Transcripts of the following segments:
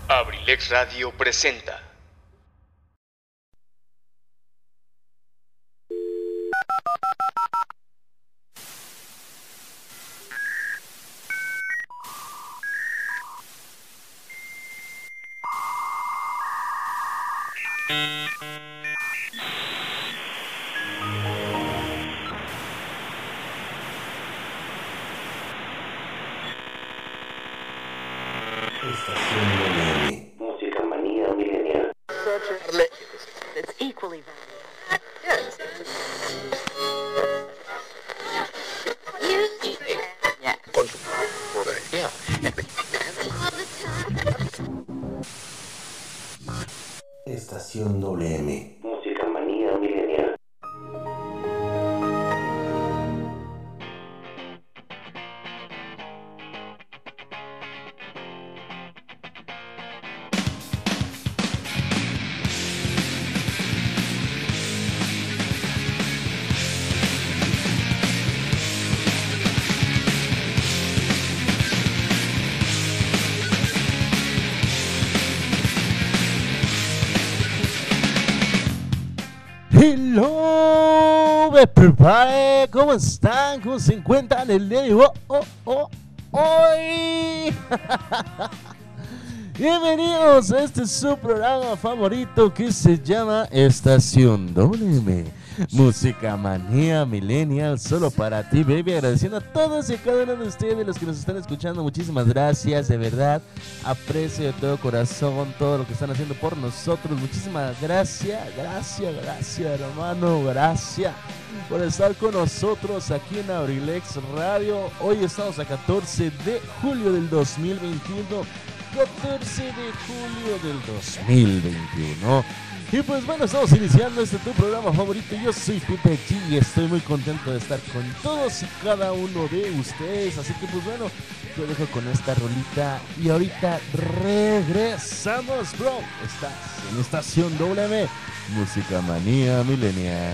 Abrilex Radio presenta. Estación WM. Música manía milenial. It's equally Estación WM. Música manía milenial. Hello, everybody, ¿cómo están? ¿Cómo se encuentran el día de hoy? Bienvenidos a este su programa favorito que se llama Estación WM, Música Manía Millennial, solo para ti, baby. Agradeciendo a todos y a cada uno de ustedes, los que nos están escuchando. Muchísimas gracias, de verdad. Aprecio de todo corazón todo lo que están haciendo por nosotros. Muchísimas gracias, hermano. Gracias por estar con nosotros aquí en Abrilex Radio. Hoy estamos a 14 de julio del 2021. 14 de julio del 2021. Y pues bueno, estamos iniciando tu programa favorito. Yo soy Pepe G y estoy muy contento de estar con todos y cada uno de ustedes. Así que pues bueno, te dejo con esta rolita y ahorita regresamos, bro. Estás en Estación WM, Música Manía Millennial.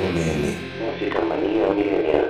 WM. Música manía milenial.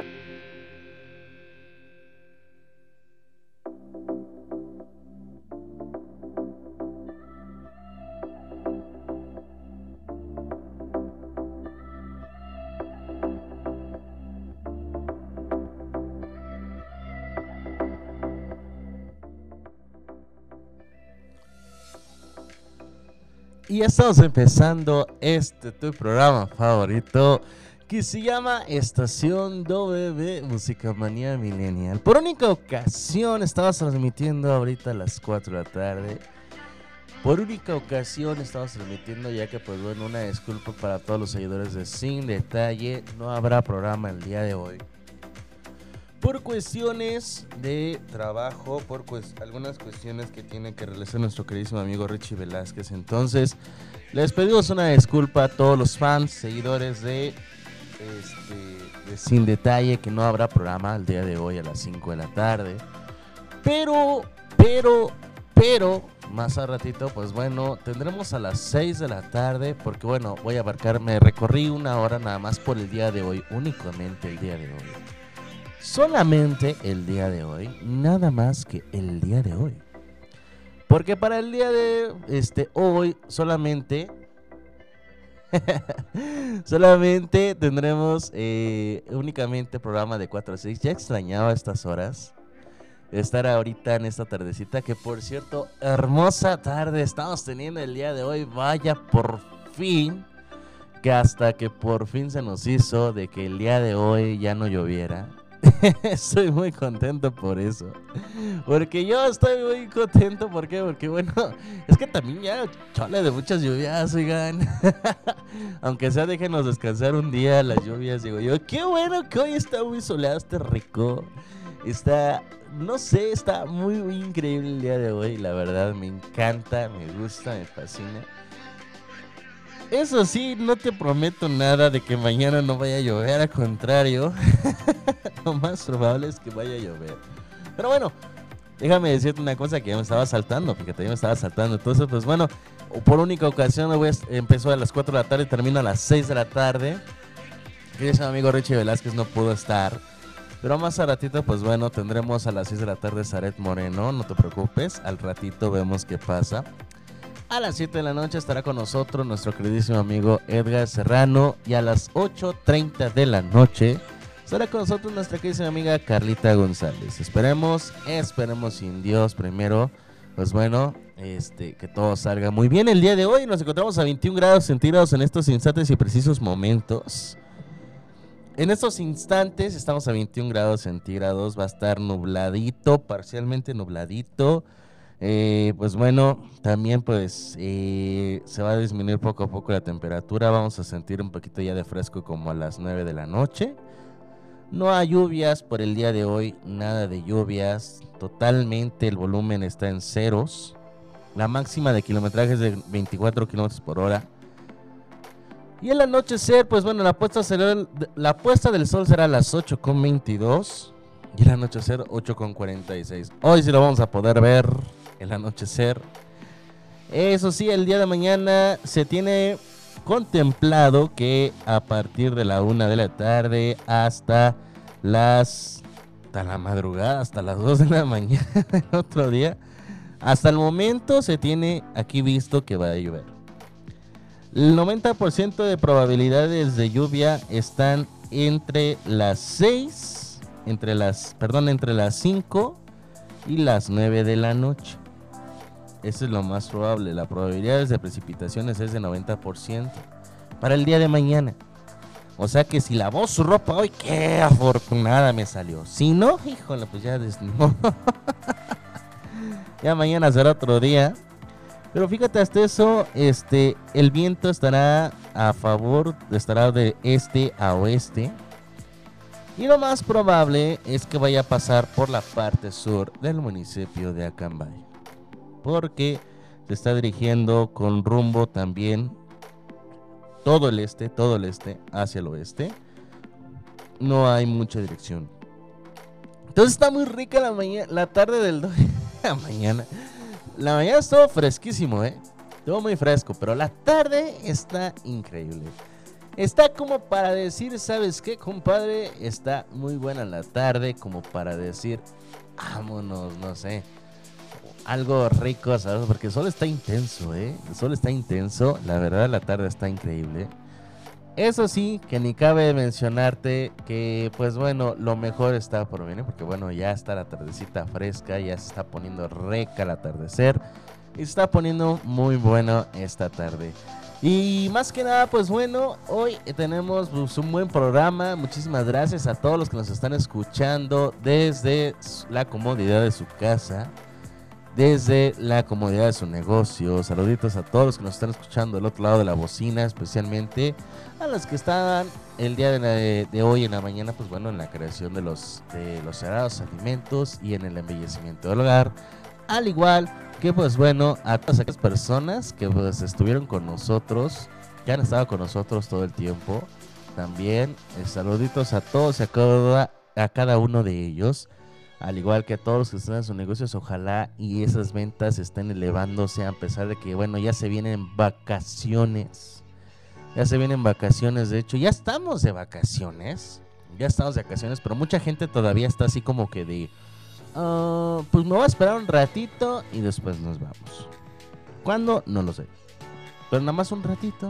Y ya estamos empezando tu programa favorito que se llama Estación WB Música Manía Millennial. Por única ocasión estamos transmitiendo ahorita a las 4 de la tarde. Por única ocasión estamos transmitiendo, ya que pues bueno, una disculpa para todos los seguidores de Sin Detalle. No habrá programa el día de hoy por cuestiones de trabajo, por algunas cuestiones que tiene que realizar nuestro queridísimo amigo Richie Velázquez. Entonces, les pedimos una disculpa a todos los fans, seguidores de Sin Detalle, que no habrá programa el día de hoy a las 5 de la tarde. Pero, más a ratito, pues bueno, tendremos a las 6 de la tarde, porque bueno, me recorrí una hora nada más por el día de hoy, únicamente el día de hoy. Solamente el día de hoy, nada más que el día de hoy. Porque para el día de hoy solamente tendremos únicamente programa de 4 a 6. Ya extrañaba estas horas, estar ahorita en esta tardecita, que por cierto, hermosa tarde estamos teniendo el día de hoy. Vaya, por fin, que hasta que por fin se nos hizo de que el día de hoy ya no lloviera. Estoy muy contento por eso. Porque yo estoy muy contento. ¿Por qué? Porque bueno, es que también ya chole de muchas lluvias, oigan. Aunque sea, déjenos descansar un día las lluvias. Digo yo, qué bueno que hoy está muy soleado, está rico. Está, no sé, está muy increíble el día de hoy. La verdad, me encanta, me gusta, me fascina. Eso sí, no te prometo nada de que mañana no vaya a llover, al contrario. Lo más probable es que vaya a llover. Pero bueno, déjame decirte una cosa que ya me estaba saltando, fíjate, ya me estaba saltando. Entonces, pues bueno, por única ocasión empezó a las 4 de la tarde y termina a las 6 de la tarde. Querido amigo Richie Velázquez no pudo estar. Pero más a ratito, pues bueno, tendremos a las 6 de la tarde Zaret Moreno, no te preocupes, al ratito vemos qué pasa. A las 7 de la noche estará con nosotros nuestro queridísimo amigo Edgar Serrano. Y a las 8:30 de la noche estará con nosotros nuestra queridísima amiga Carlita González. Esperemos sin Dios primero. Pues bueno, que todo salga muy bien el día de hoy. Nos encontramos a 21 grados centígrados en estos instantes y precisos momentos. En estos instantes estamos a 21 grados centígrados. Va a estar nubladito, parcialmente nubladito. Pues bueno, también pues se va a disminuir poco a poco la temperatura. Vamos a sentir un poquito ya de fresco como a las 9 de la noche. No hay lluvias por el día de hoy, nada de lluvias. Totalmente el volumen está en ceros. La máxima de kilometraje es de 24 kilómetros por hora. Y el anochecer, pues bueno, la puesta del sol será a las 8:22 y el anochecer 8:46. Hoy sí lo vamos a poder ver, el anochecer. Eso sí, el día de mañana se tiene contemplado que a partir de la 1 de la tarde hasta la madrugada, hasta las 2 de la mañana el otro día, hasta el momento se tiene aquí visto que va a llover. El 90% de probabilidades de lluvia están entre las 5 y las 9 de la noche. Eso es lo más probable. La probabilidad de precipitaciones es de 90% para el día de mañana. O sea que si lavó su ropa hoy, qué afortunada me salió. Si no, híjole, pues ya desnudo. Ya mañana será otro día. Pero fíjate, hasta eso, el viento estará a favor, estará de este a oeste. Y lo más probable es que vaya a pasar por la parte sur del municipio de Acambay, porque se está dirigiendo con rumbo también todo el este hacia el oeste. No hay mucha dirección. Entonces está muy rica la tarde del la mañana. La mañana estuvo fresquísimo, estuvo muy fresco, pero la tarde está increíble. Está como para decir, ¿sabes qué, compadre? Está muy buena la tarde, como para decir, vámonos, no sé, algo rico, ¿sabes? Porque el sol está intenso, ¿eh? El sol está intenso, la verdad la tarde está increíble. Eso sí, que ni cabe mencionarte que, pues bueno, lo mejor está por venir, porque bueno, ya está la tardecita fresca, ya se está poniendo reca el atardecer y se está poniendo muy bueno esta tarde. Y más que nada, pues bueno, hoy tenemos pues, un buen programa. Muchísimas gracias a todos los que nos están escuchando desde la comodidad de su casa, desde la comodidad de su negocio. Saluditos a todos los que nos están escuchando del otro lado de la bocina, especialmente a los que estaban el día de hoy en la mañana, pues bueno, en la creación de los sagrados alimentos y en el embellecimiento del hogar, al igual que pues bueno, a todas aquellas personas que pues estuvieron con nosotros, que han estado con nosotros todo el tiempo. También saluditos a todos y a cada uno de ellos, al igual que a todos los que están en sus negocios. Ojalá y esas ventas estén elevándose, a pesar de que bueno, ya se vienen vacaciones. Ya se vienen vacaciones, de hecho, ya estamos de vacaciones. Pero mucha gente todavía está así como que de... pues me voy a esperar un ratito y después nos vamos. ¿Cuándo? No lo sé. Pero nada más un ratito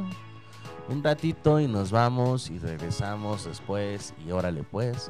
y nos vamos y regresamos después y órale pues.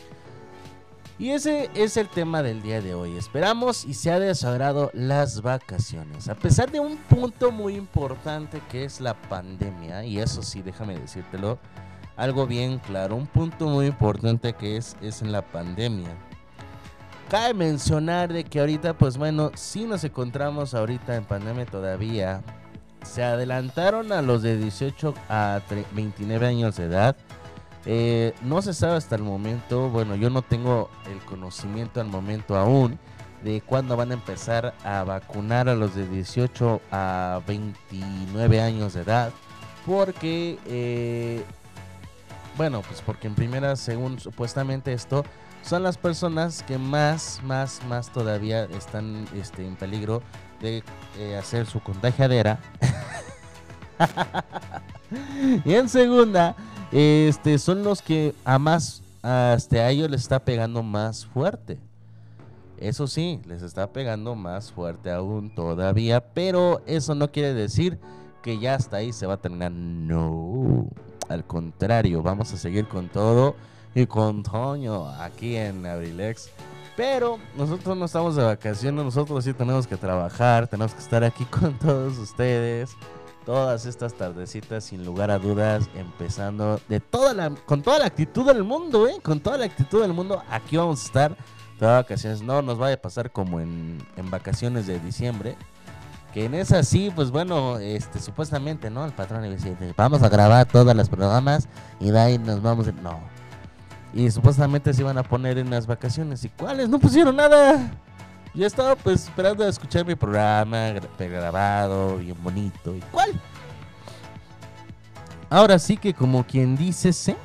Y ese es el tema del día de hoy. Esperamos y sea de su agrado las vacaciones. A pesar de un punto muy importante que es la pandemia, y eso sí, déjame decírtelo, algo bien claro, un punto muy importante que es en la pandemia. Cabe mencionar de que ahorita, pues bueno, sí nos encontramos ahorita en pandemia todavía. Se adelantaron a los de 18 a 29 años de edad. No se sabe hasta el momento, bueno, yo no tengo el conocimiento al momento aún de cuándo van a empezar a vacunar a los de 18 a 29 años de edad. Porque, bueno, pues porque en primera, según supuestamente esto, son las personas que más todavía están en peligro de hacer su contagiadera. Y en segunda, son los que a ellos les está pegando más fuerte. Eso sí, les está pegando más fuerte aún todavía, pero eso no quiere decir que ya hasta ahí se va a terminar. No, al contrario, vamos a seguir con todo y con Toño aquí en Abrilex. Pero nosotros no estamos de vacaciones, nosotros sí tenemos que trabajar, tenemos que estar aquí con todos ustedes. Todas estas tardecitas, sin lugar a dudas, empezando con toda la actitud del mundo, con toda la actitud del mundo. Aquí vamos a estar todas las vacaciones. No nos vaya a pasar como en vacaciones de diciembre, que en esa sí, pues bueno, supuestamente, ¿no? El patrón le dice, vamos a grabar todas las programas y de ahí nos vamos. No. Y supuestamente se iban a poner en las vacaciones. ¿Y cuáles? No pusieron nada. Yo estaba pues esperando a escuchar mi programa grabado, bien bonito. ¿Y cuál? Ahora sí que como quien dice, ¿sí?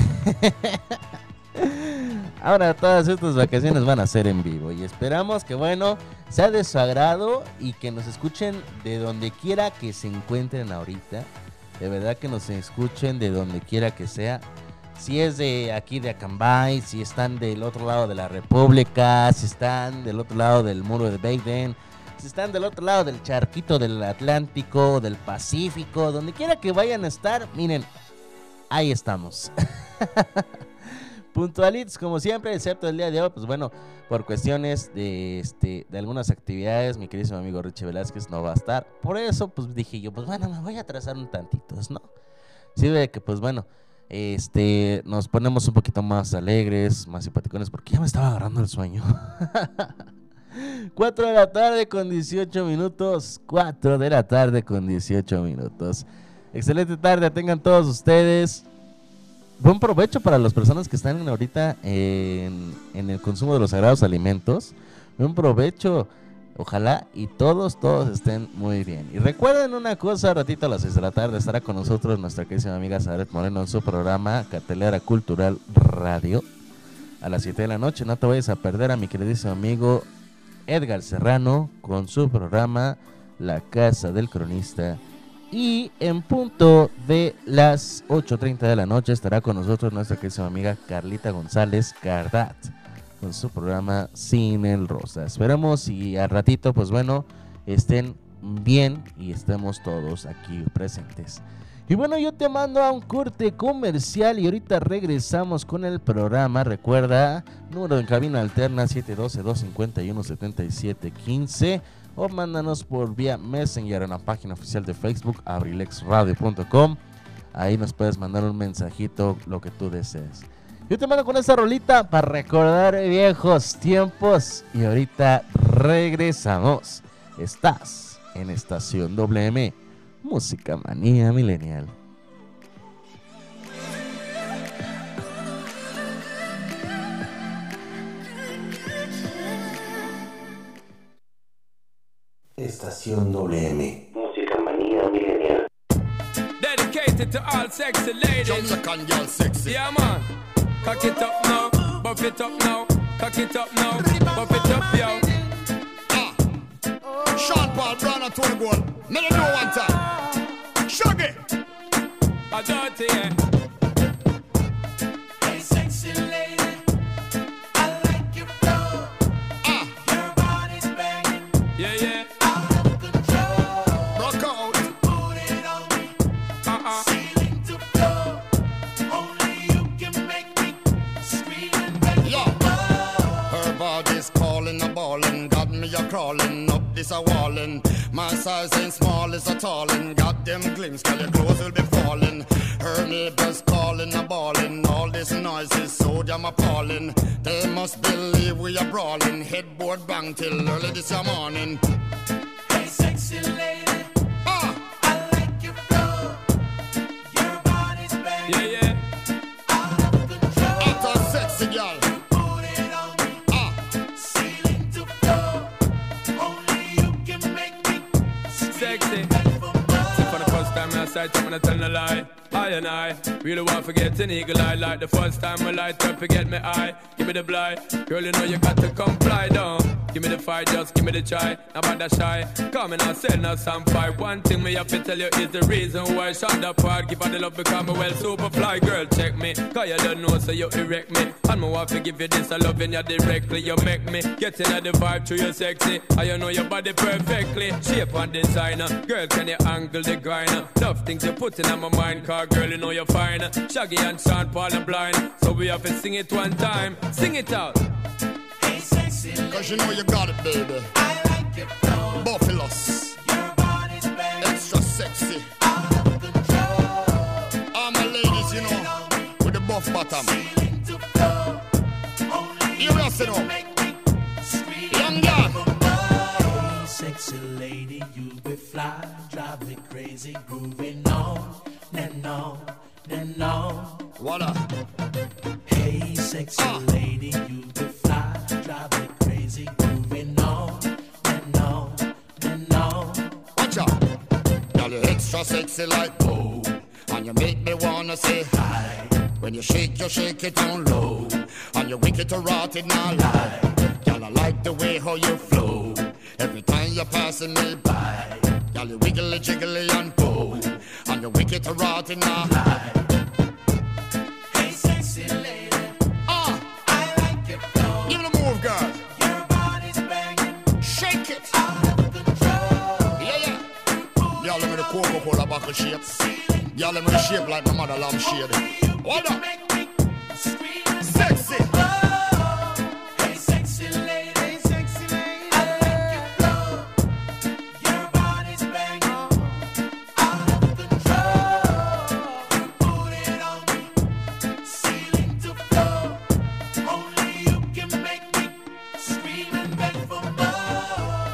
Ahora todas estas vacaciones van a ser en vivo. Y esperamos que bueno, sea de su agrado y que nos escuchen de donde quiera que se encuentren ahorita. De verdad que nos escuchen de donde quiera que sea. Si es de aquí de Acambay, si están del otro lado de la República, si están del otro lado del muro de Baden, si están del otro lado del charquito del Atlántico, del Pacífico, donde quiera que vayan a estar, miren, ahí estamos. Puntualitos como siempre, excepto el día de hoy, pues bueno, por cuestiones de algunas actividades, mi querido amigo Richie Velázquez no va a estar. Por eso, pues dije yo, pues bueno, me voy a atrasar un tantito, ¿no? Sí, de que pues bueno, nos ponemos un poquito más alegres, más simpaticones, porque ya me estaba agarrando el sueño. 4 de la tarde con 18 minutos. 4 de la tarde con 18 minutos. Excelente tarde, tengan todos ustedes. Buen provecho para las personas que están ahorita en el consumo de los sagrados alimentos. Buen provecho. Ojalá y todos estén muy bien. Y recuerden una cosa, ratito a las 6 de la tarde estará con nosotros nuestra querida amiga Zaret Moreno en su programa Cartelera Cultural Radio. A las 7 de la noche no te vayas a perder a mi queridísimo amigo Edgar Serrano con su programa La Casa del Cronista. Y en punto de las 8:30 de la noche estará con nosotros nuestra querida amiga Carlita González Cardat con su programa Cine el Rosa. Esperamos y al ratito, pues bueno, estén bien y estemos todos aquí presentes. Y bueno, yo te mando a un corte comercial y ahorita regresamos con el programa. Recuerda, número en cabina alterna 712-251-7715 o mándanos por vía Messenger en la página oficial de Facebook abrilexradio.com. Ahí nos puedes mandar un mensajito, lo que tú desees. Yo te mando con esta rolita para recordar viejos tiempos y ahorita regresamos. Estás en Estación WM, Música Manía Millennial. Estación WM, Música Manía Millennial. Dedicated to all sexy ladies. Jamaican girl sexy. Yeah, man. Cock it up now, buff it up now. Cock it up now, buff it up, yo. Sean Paul, Brown and Tony Gold. Me don't know one time. Shaggy. I dirty, yeah. Hey, sexy lady, I like your flow. Your body's banging, Yeah, yeah. out of control. Rock out. Put it on me, ceiling to floor. Only you can make me scream and beg Yo. for more. Her body's calling a ballin'. Got me a crawling up this a wallin'. My size ain't small, it's a tallin'. Got them glimpse, girl, your clothes will be falling. Her neighbors calling a ballin'. All this noise is so damn appalling. They must believe we are brawling. Headboard bang till early this morning. Hey, sexy lady, I like your flow. Your body's banging, Yeah, yeah. out of control. Out a sexy girl. Put it on me, ceiling to floor. Only you can make me Sexy. beg for more. See, for the first time I sight, I'm gonna tell no lie. I and I really want to get an eagle eye. Like the first time I light up, forget me eye. Give me the blind, girl, you know you got to comply down. Give me the fight, just give me the try. Now about that shy, come and I'll send us some fight. One thing me have to tell you is the reason why I shot that part. Give her the love because me well super fly. Girl, check me, cause you don't know so you erect me. And me want to give you this, I love you directly. You make me get in the vibe through your sexy. And you know your body perfectly. Shape and designer, girl, can you angle the grinder? Love things you put in my mind, cause girl, you know you're fine. Shaggy and Sean Paul are blind, so we have to sing it one time. Sing it out. Hey, sexy lady, Cause you know you got it, baby. I like your flow. Buffaloes. Your body's banging, Extra sexy. out of control. All my ladies, you know, with the buff bottom. Ceiling to floor. Only You rest it can up. make me scream Young and beg girl. for more. Hey, sexy lady, you be fly, drive me crazy, grooving on and on and on. What up? Hey, sexy lady, you be fly, drive me crazy, grooving on and on and on. Watch out. Girl, you're extra sexy like oh. And you make me wanna say hi. When you shake it down low. And you wicked to rot it now lie. Girl, I like the way how you flow. Every time you're passing me by. Girl, you wiggly jiggly and go. And you wicked to rot it now lie. Hey, sexy lady, I like your flow. Give it a move, girl. Your body's banging, Shake it. out of control. Yeah, yeah. Y'all let me the Coca-Cola bottle shape. Y'all let me the shape like my mother lamb shade. Hold up. Make me scream and Sexy. hey, sexy lady, I like your flow. Your body's banging, out of control. Put it on me, ceiling to floor. Only you can make me scream and beg for more.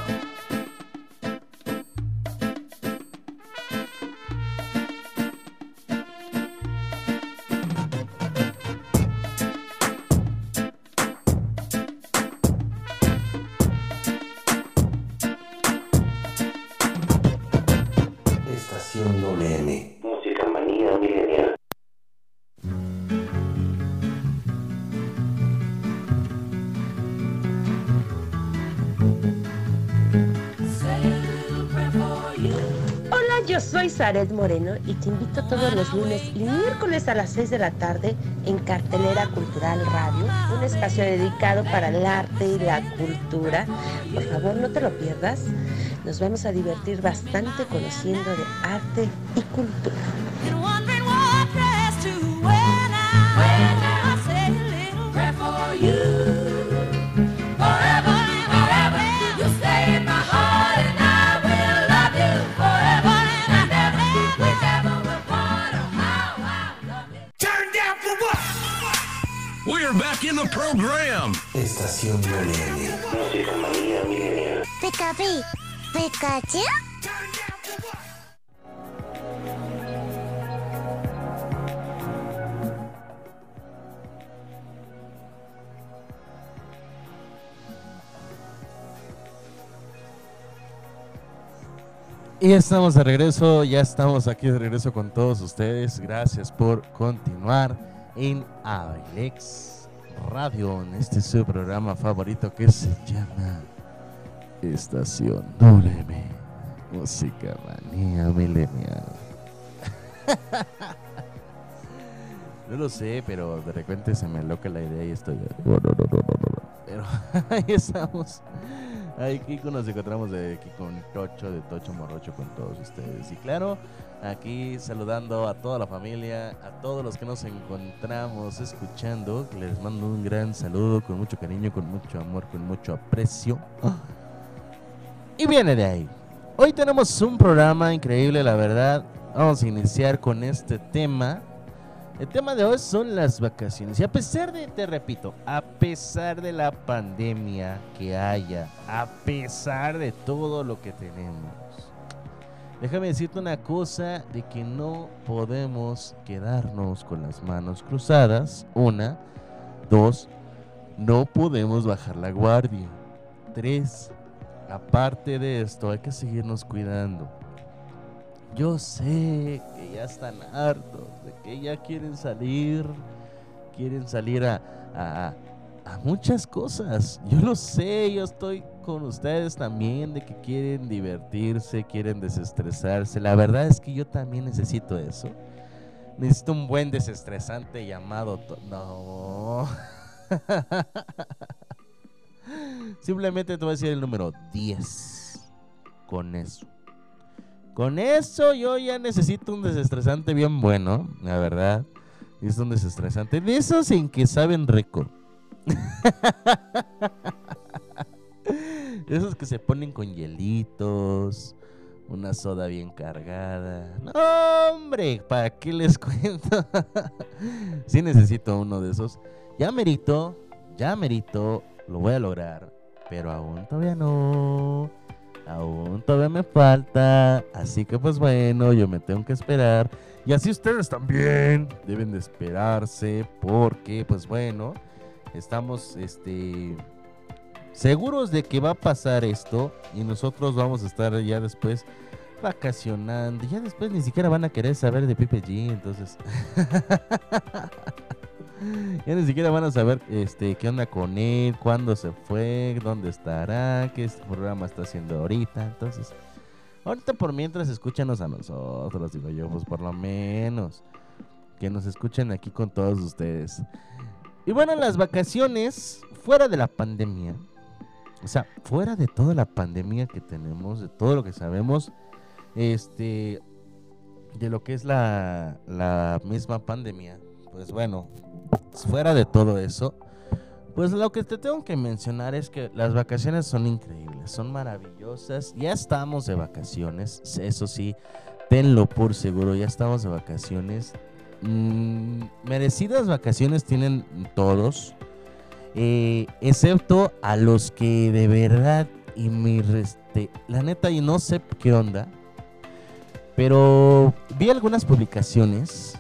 soy Zaret Moreno y te invito todos los lunes y miércoles a las 6 de la tarde en Cartelera Cultural Radio, un espacio dedicado para el arte y la cultura. Por favor, no te lo pierdas. Nos vamos a divertir bastante conociendo de arte y cultura. We're back in the program. Estación WM. Música manía milenial. Pikachu. Pikachu. Y estamos de regreso, ya estamos aquí de regreso con todos ustedes. Gracias por continuar en Avilex Radio, en este su programa favorito que se llama Estación WM, Música Manía Milenial. No lo sé, pero de repente se me aloca la idea y estoy... Pero ahí estamos. Aquí nos encontramos aquí con Tocho, de Tocho Morocho, con todos ustedes. Y claro, aquí saludando a toda la familia, a todos los que nos encontramos escuchando. Les mando un gran saludo con mucho cariño, con mucho amor, con mucho aprecio. Y viene de ahí. Hoy tenemos un programa increíble, la verdad. Vamos a iniciar con este tema. El tema de hoy son las vacaciones. Y a pesar de, te repito, a pesar de la pandemia que haya, a pesar de todo lo que tenemos, déjame decirte una cosa, de que no podemos quedarnos con las manos cruzadas. 1, 2, no podemos bajar la guardia. 3, aparte de esto, hay que seguirnos cuidando. Yo sé que ya están hartos, de que ya quieren salir a muchas cosas. Yo lo sé, yo estoy con ustedes también, de que quieren divertirse, quieren desestresarse. La verdad es que yo también necesito eso. Necesito un buen desestresante llamado... No. Simplemente te voy a decir el número 10. Con eso. Con eso yo ya necesito un desestresante bien bueno, la verdad. Es un desestresante de esos en que saben rico. Esos que se ponen con hielitos, una soda bien cargada. No, hombre, ¿para qué les cuento? Sí necesito uno de esos. Ya merito, lo voy a lograr, pero aún todavía no. Aún todavía me falta, así que pues bueno, yo me tengo que esperar. Y así ustedes también deben de esperarse, porque pues bueno, estamos seguros de que va a pasar esto. Y nosotros vamos a estar ya después vacacionando. Ya después ni siquiera van a querer saber de Pipe G, entonces ya ni siquiera van a saber qué onda con él, cuándo se fue, dónde estará, qué programa está haciendo ahorita. Entonces, ahorita por mientras escúchanos a nosotros, digo yo, pues por lo menos que nos escuchen aquí con todos ustedes. Y bueno, las vacaciones fuera de la pandemia, o sea, fuera de toda la pandemia que tenemos, de todo lo que sabemos, de lo que es la misma pandemia, pues bueno, fuera de todo eso, pues lo que te tengo que mencionar es que las vacaciones son increíbles, son maravillosas. Ya estamos de vacaciones, eso sí, tenlo por seguro, ya estamos de vacaciones. Merecidas vacaciones tienen todos, excepto a los que de verdad, y la neta, y no sé qué onda, pero vi algunas publicaciones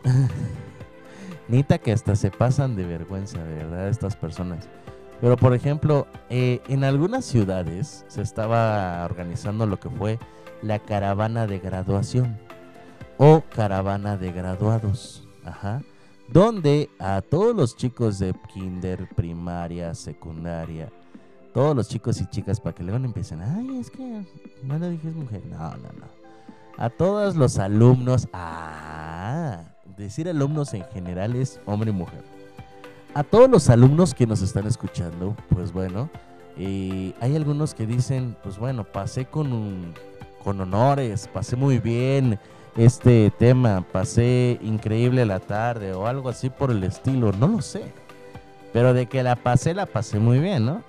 neta que hasta se pasan de vergüenza, de verdad, estas personas. Pero por ejemplo, en algunas ciudades se estaba organizando lo que fue la caravana de graduación o caravana de graduados, donde a todos los chicos de kinder, primaria, secundaria, todos los chicos y chicas, para que luego no empiecen, ay, es que no le dije es mujer, no, A todos los alumnos, decir alumnos en general es hombre y mujer. A todos los alumnos que nos están escuchando, pues bueno, hay algunos que dicen, pues bueno, pasé con honores, pasé muy bien este tema, pasé increíble la tarde o algo así por el estilo, no lo sé. Pero de que la pasé muy bien, ¿no?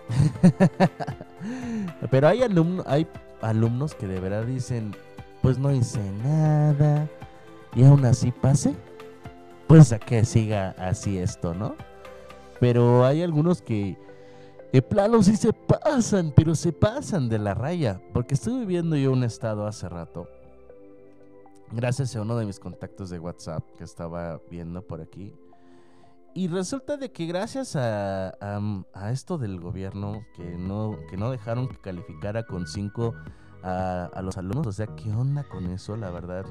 Pero hay alumnos que de verdad dicen, pues no hice nada y aún así pasé. Pues a que siga así esto, ¿no? Pero hay algunos que de plano sí se pasan, pero se pasan de la raya. Porque estuve viendo yo un estado hace rato, gracias a uno de mis contactos de WhatsApp que estaba viendo por aquí. Y resulta de que gracias a esto del gobierno, que no dejaron que calificara con 5 a los alumnos. O sea, ¿qué onda con eso? La verdad,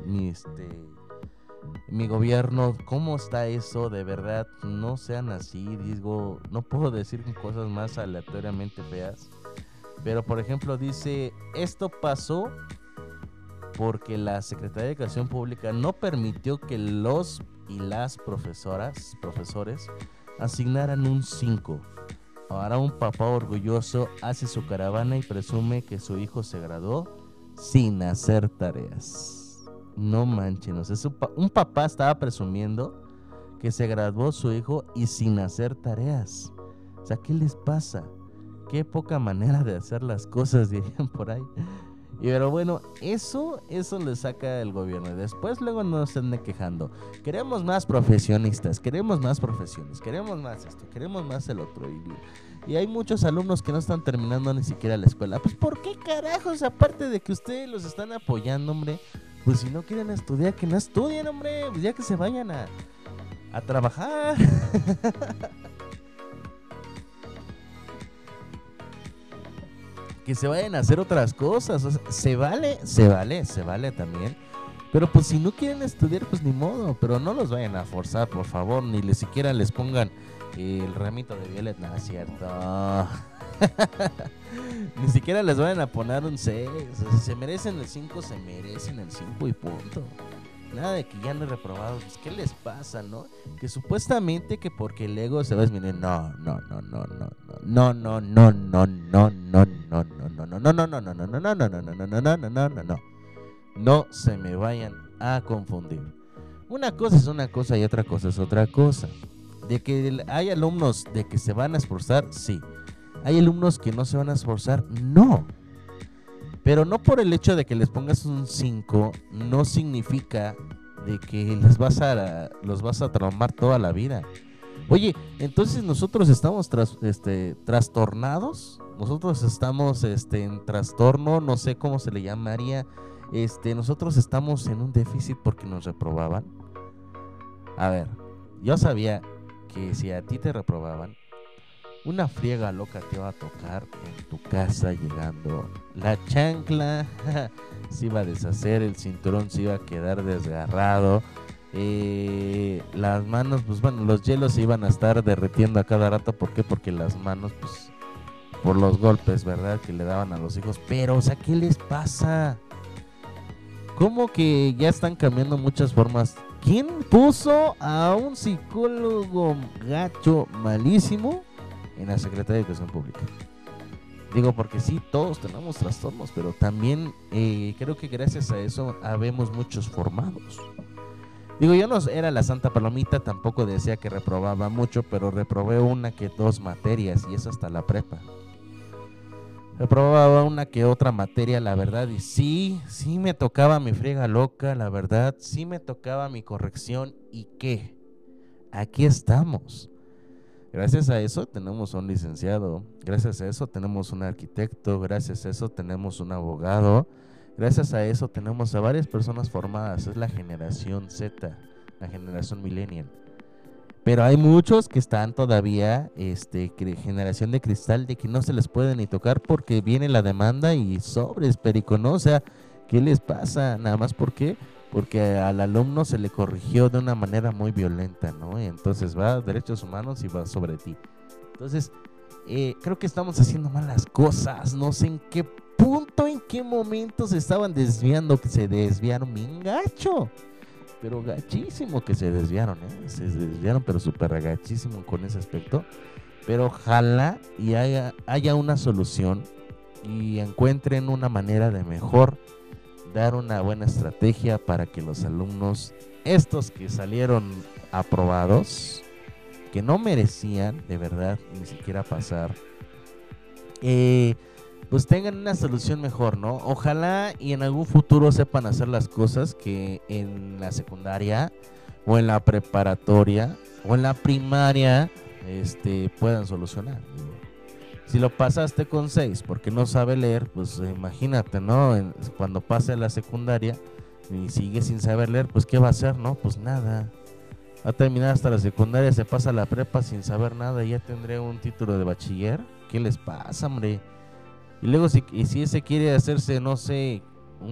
mi gobierno, ¿cómo está eso? De verdad, no sean así. Digo, no puedo decir cosas más aleatoriamente feas. Pero, por ejemplo, dice, esto pasó porque la Secretaría de Educación Pública no permitió que los y las profesores asignaran un 5. Ahora un papá orgulloso hace su caravana y presume que su hijo se graduó sin hacer tareas. No manchen, o sea, un papá estaba presumiendo que se graduó su hijo y sin hacer tareas. O sea, ¿qué les pasa? Qué poca manera de hacer las cosas, dirían por ahí. Pero bueno, eso le saca el gobierno. Y después luego no se anden quejando. Queremos más profesionistas, queremos más profesiones, queremos más esto, queremos más el otro. Y hay muchos alumnos que no están terminando ni siquiera la escuela. Pues ¿por qué carajos? Aparte de que ustedes los están apoyando, hombre, pues si no quieren estudiar, que no estudien, hombre. Pues ya que se vayan a trabajar. Que se vayan a hacer otras cosas. O sea, se vale también. Pero pues si no quieren estudiar, pues ni modo. Pero no los vayan a forzar, por favor. Ni siquiera les pongan el ramito de violet. No es cierto. Ni siquiera les vayan a poner un 6. O sea, si se merecen el 5, se merecen el 5 y punto. Nada de que ya no he reprobado. Pues ¿qué les pasa, no? Que supuestamente que porque el ego se va a disminuir. No. No se me vayan a confundir. Una cosa es una cosa y otra cosa es otra cosa. De que hay alumnos de que se van a esforzar, sí. Hay alumnos que no se van a esforzar, no. Pero no por el hecho de que les pongas un 5, no significa de que los vas a traumar toda la vida. Oye, entonces nosotros estamos trastornados, nosotros estamos en trastorno, no sé cómo se le llamaría, nosotros estamos en un déficit porque nos reprobaban. A ver, yo sabía que si a ti te reprobaban, una friega loca te iba a tocar en tu casa llegando. La chancla se iba a deshacer, el cinturón se iba a quedar desgarrado. Las manos, pues bueno, los hielos se iban a estar derritiendo a cada rato. ¿Por qué? Porque las manos, pues, por los golpes, ¿verdad? Que le daban a los hijos. Pero, o sea, ¿qué les pasa? ¿Cómo que ya están cambiando muchas formas? ¿Quién puso a un psicólogo gacho malísimo en la Secretaría de Educación Pública? Digo, porque sí, todos tenemos trastornos, pero también creo que gracias a eso habemos muchos formados. Digo, yo no era la Santa Palomita, tampoco decía que reprobaba mucho, pero reprobé 1 que 2 materias, y eso hasta la prepa. Reprobaba 1 que otra materia, la verdad, y sí me tocaba mi friega loca, la verdad, sí me tocaba mi corrección, ¿y qué? Aquí estamos. Gracias a eso tenemos un licenciado, gracias a eso tenemos un arquitecto, gracias a eso tenemos un abogado, gracias a eso tenemos a varias personas formadas. Es la generación Z, la generación millennial. Pero hay muchos que están todavía, generación de cristal, de que no se les puede ni tocar porque viene la demanda y sobres, perico, ¿no? O sea, ¿qué les pasa? Nada más porque al alumno se le corrigió de una manera muy violenta, ¿no? Y entonces va a derechos humanos y va sobre ti. Entonces, creo que estamos haciendo mal las cosas. No sé en qué qué momento se estaban desviando, que se desviaron bien gacho. Pero gachísimo que se desviaron, se desviaron, pero súper gachísimo con ese aspecto. Pero ojalá y haya una solución y encuentren una manera de mejor dar una buena estrategia para que los alumnos, estos que salieron aprobados, que no merecían de verdad ni siquiera pasar, pues tengan una solución mejor, ¿no? Ojalá y en algún futuro sepan hacer las cosas que en la secundaria o en la preparatoria o en la primaria puedan solucionar. Si lo pasaste con 6 porque no sabe leer, pues imagínate, ¿no? Cuando pase a la secundaria y sigue sin saber leer, pues ¿qué va a hacer, no? Pues nada. Va a terminar hasta la secundaria, se pasa a la prepa sin saber nada y ya tendré un título de bachiller. ¿Qué les pasa, hombre? Y luego si ese quiere hacerse, no sé,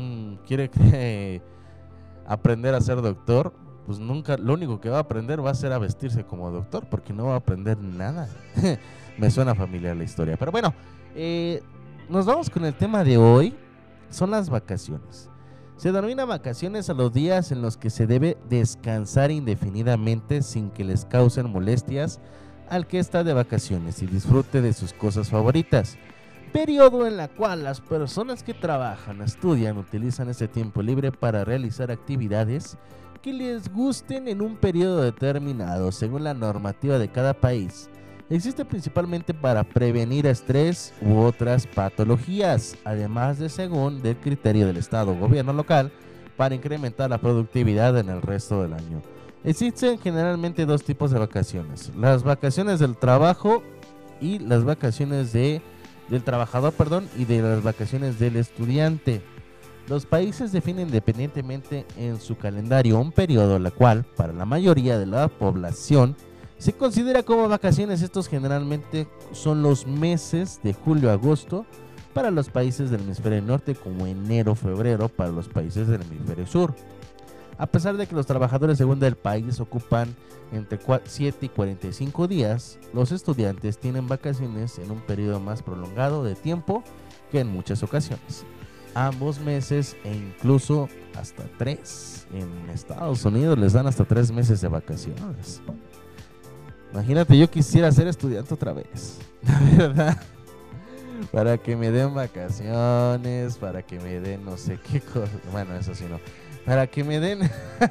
quiere aprender a ser doctor, pues nunca, lo único que va a aprender va a ser a vestirse como doctor, porque no va a aprender nada. Me suena familiar la historia. Pero bueno, nos vamos con el tema de hoy. Son las vacaciones. Se denomina vacaciones a los días en los que se debe descansar indefinidamente sin que les causen molestias al que está de vacaciones y disfrute de sus cosas favoritas. Periodo en la cual las personas que trabajan, estudian, utilizan ese tiempo libre para realizar actividades que les gusten en un periodo determinado según la normativa de cada país. Existe principalmente para prevenir estrés u otras patologías, además de según del criterio del Estado o gobierno local para incrementar la productividad en el resto del año. Existen generalmente 2 tipos de vacaciones: las vacaciones del trabajo y las vacaciones del trabajador, y de las vacaciones del estudiante. Los países definen independientemente en su calendario un periodo, la cual para la mayoría de la población se considera como vacaciones. Estos generalmente son los meses de julio a agosto para los países del hemisferio norte, como enero, febrero para los países del hemisferio sur. A pesar de que los trabajadores según del país ocupan entre 7 y 45 días, los estudiantes tienen vacaciones en un periodo más prolongado de tiempo que en muchas ocasiones. Ambos meses e incluso hasta 3. En Estados Unidos les dan hasta 3 meses de vacaciones. Imagínate, yo quisiera ser estudiante otra vez, la verdad, para que me den vacaciones, para que me den no sé qué cosa, bueno, eso sí no, para que me den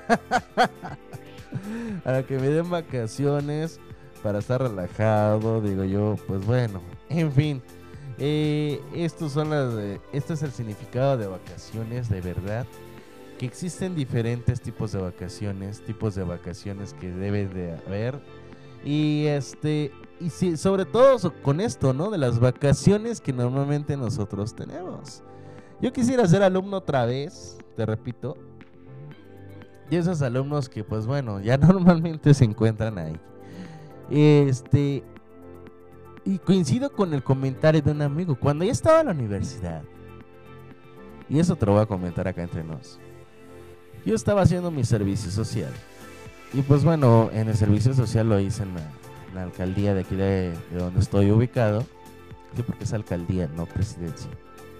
para que me den vacaciones, para estar relajado, digo yo, pues bueno, en fin, este es el significado de vacaciones, de verdad, que existen diferentes tipos de vacaciones que deben de haber. Y sí, sobre todo con esto, ¿no? De las vacaciones que normalmente nosotros tenemos. Yo quisiera ser alumno otra vez, te repito. Y esos alumnos que, pues bueno, ya normalmente se encuentran ahí. Y coincido con el comentario de un amigo. Cuando ya estaba en la universidad, y eso te lo voy a comentar acá entre nos, yo estaba haciendo mi servicio social. Y pues bueno, en el servicio social lo hice en la alcaldía de aquí de donde estoy ubicado. Sí, porque es alcaldía, no presidencia.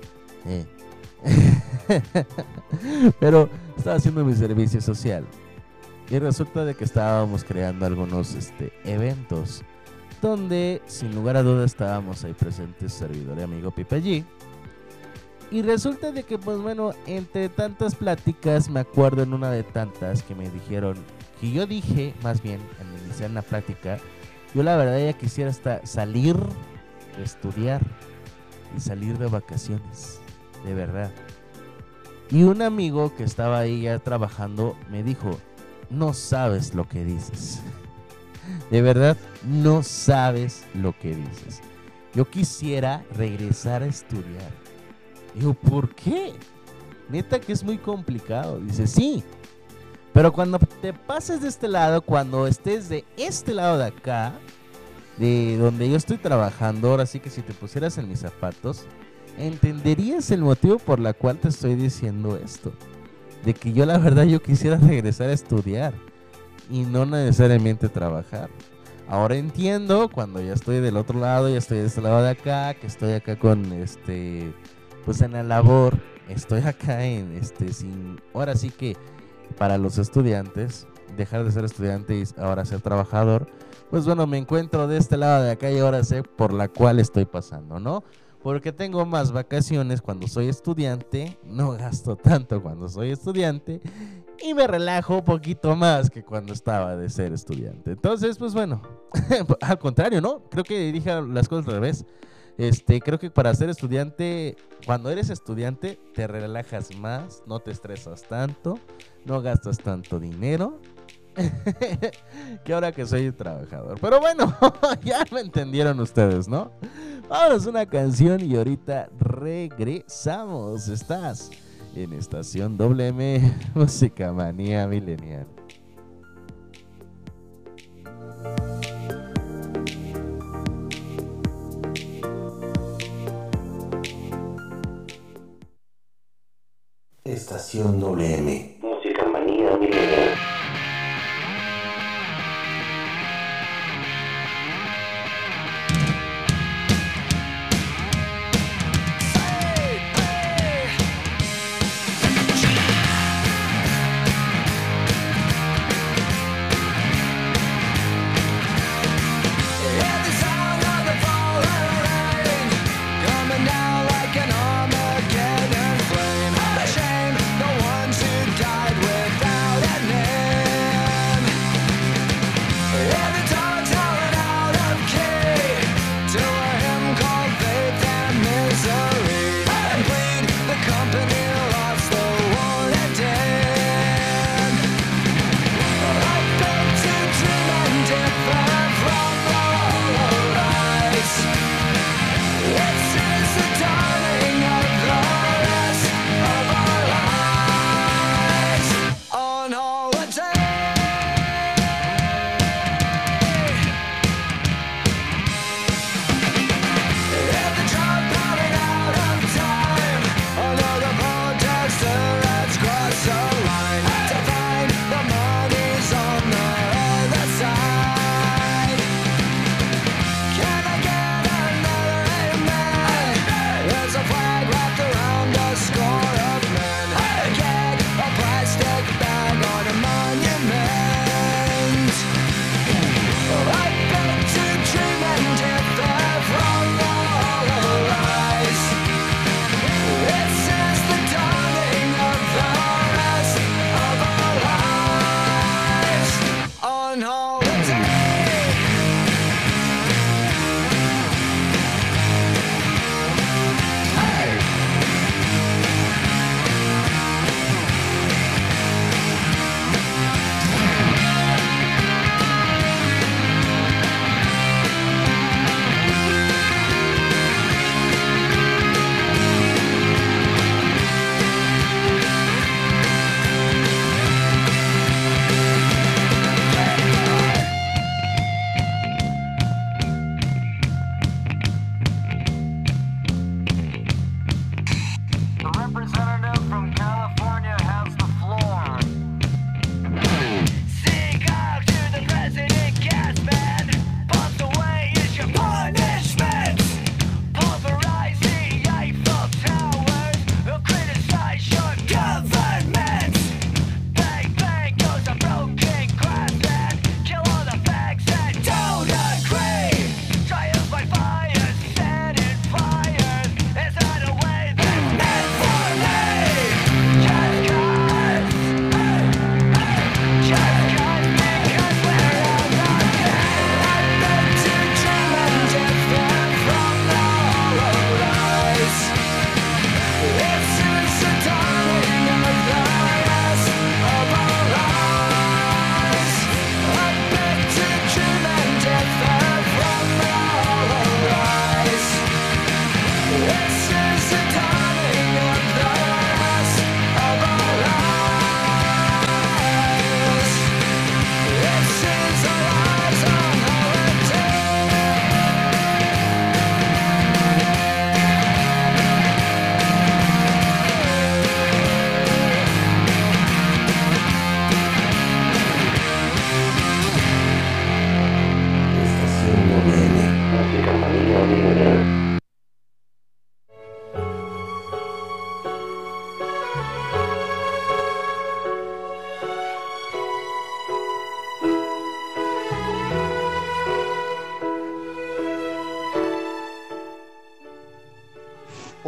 Pero estaba haciendo mi servicio social. Y resulta de que estábamos creando algunos eventos donde sin lugar a dudas estábamos ahí presentes servidor y amigo Pipe G. Y resulta de que pues bueno, entre tantas pláticas, me acuerdo en una de tantas que me dijeron, que yo dije, más bien, al iniciar la plática, yo la verdad ya quisiera hasta salir de estudiar y salir de vacaciones, de verdad. Y un amigo que estaba ahí ya trabajando me dijo, no sabes lo que dices. De verdad, no sabes lo que dices. Yo quisiera regresar a estudiar. Digo, ¿por qué? Neta que es muy complicado. Dice, sí. Pero cuando te pases de este lado, cuando estés de este lado de acá, de donde yo estoy trabajando, ahora sí que si te pusieras en mis zapatos, entenderías el motivo por la cual te estoy diciendo esto. De que yo la verdad yo quisiera regresar a estudiar y no necesariamente trabajar. Ahora entiendo cuando ya estoy del otro lado, ya estoy de este lado de acá, que estoy acá con pues en la labor estoy acá ahora sí que para los estudiantes, dejar de ser estudiante y ahora ser trabajador, pues bueno, me encuentro de este lado de acá y ahora sé por la cual estoy pasando, ¿no? Porque tengo más vacaciones cuando soy estudiante, no gasto tanto cuando soy estudiante y me relajo un poquito más que cuando estaba de ser estudiante. Entonces, pues bueno, al contrario, ¿no? Creo que dije las cosas al revés. Creo que para ser estudiante, cuando eres estudiante, te relajas más, no te estresas tanto, no gastas tanto dinero que ahora que soy trabajador. Pero bueno, ya me entendieron ustedes, ¿no? Vámonos a una canción y ahorita regresamos. Estás en Estación WM, Música Manía Millennial. Estación WM, Música Manía Millennial.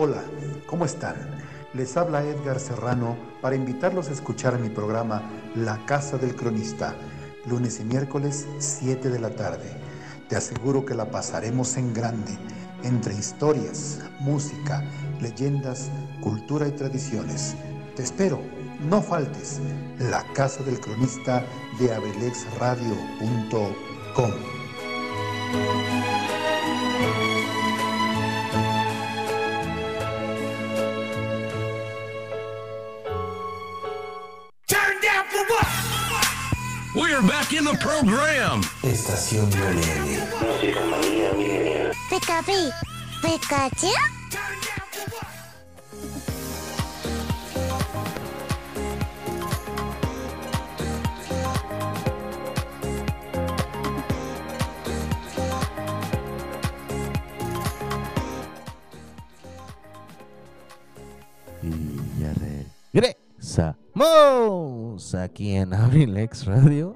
Hola, ¿cómo están? Les habla Edgar Serrano para invitarlos a escuchar mi programa La Casa del Cronista, lunes y miércoles 7 de la tarde. Te aseguro que la pasaremos en grande, entre historias, música, leyendas, cultura y tradiciones. Te espero, no faltes. La Casa del Cronista de abrilexradio.com. We're back in the program. Estación Millennial. Música manía millennial. Pikachu, Pikachu. Y ya regresamos aquí en Abrilex Radio.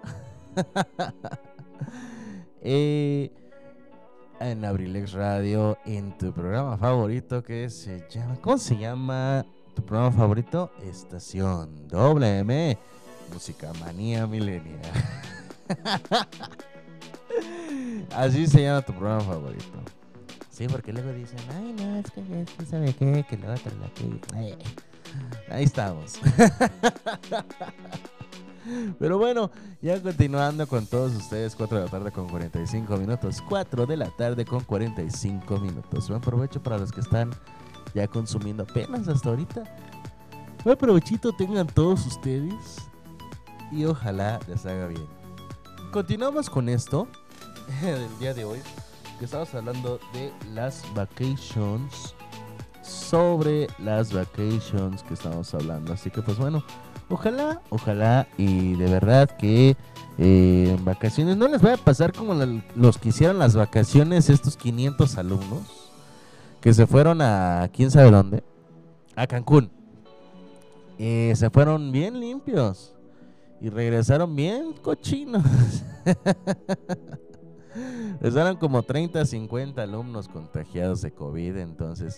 En Abrilex Radio, en tu programa favorito que se llama... ¿Cómo se llama tu programa favorito? Estación WM, Música Manía Millennial. Así se llama tu programa favorito. Sí, porque luego dicen, ay, no, es que sabe qué, que lo otro, la que... Ahí estamos. Pero bueno, ya continuando con todos ustedes, 4 de la tarde con 45 minutos. 4 de la tarde con 45 minutos. Buen provecho para los que están ya consumiendo apenas hasta ahorita. Buen provechito tengan todos ustedes y ojalá les haga bien. Continuamos con esto del día de hoy, que estamos hablando de las vacations, sobre las vacations que estamos hablando. Así que pues bueno, ojalá y de verdad que en vacaciones no les vaya a pasar como los que hicieron las vacaciones estos 500 alumnos que se fueron a quién sabe dónde, a Cancún. Se fueron bien limpios y regresaron bien cochinos. Eran como 30, 50 alumnos contagiados de COVID. Entonces,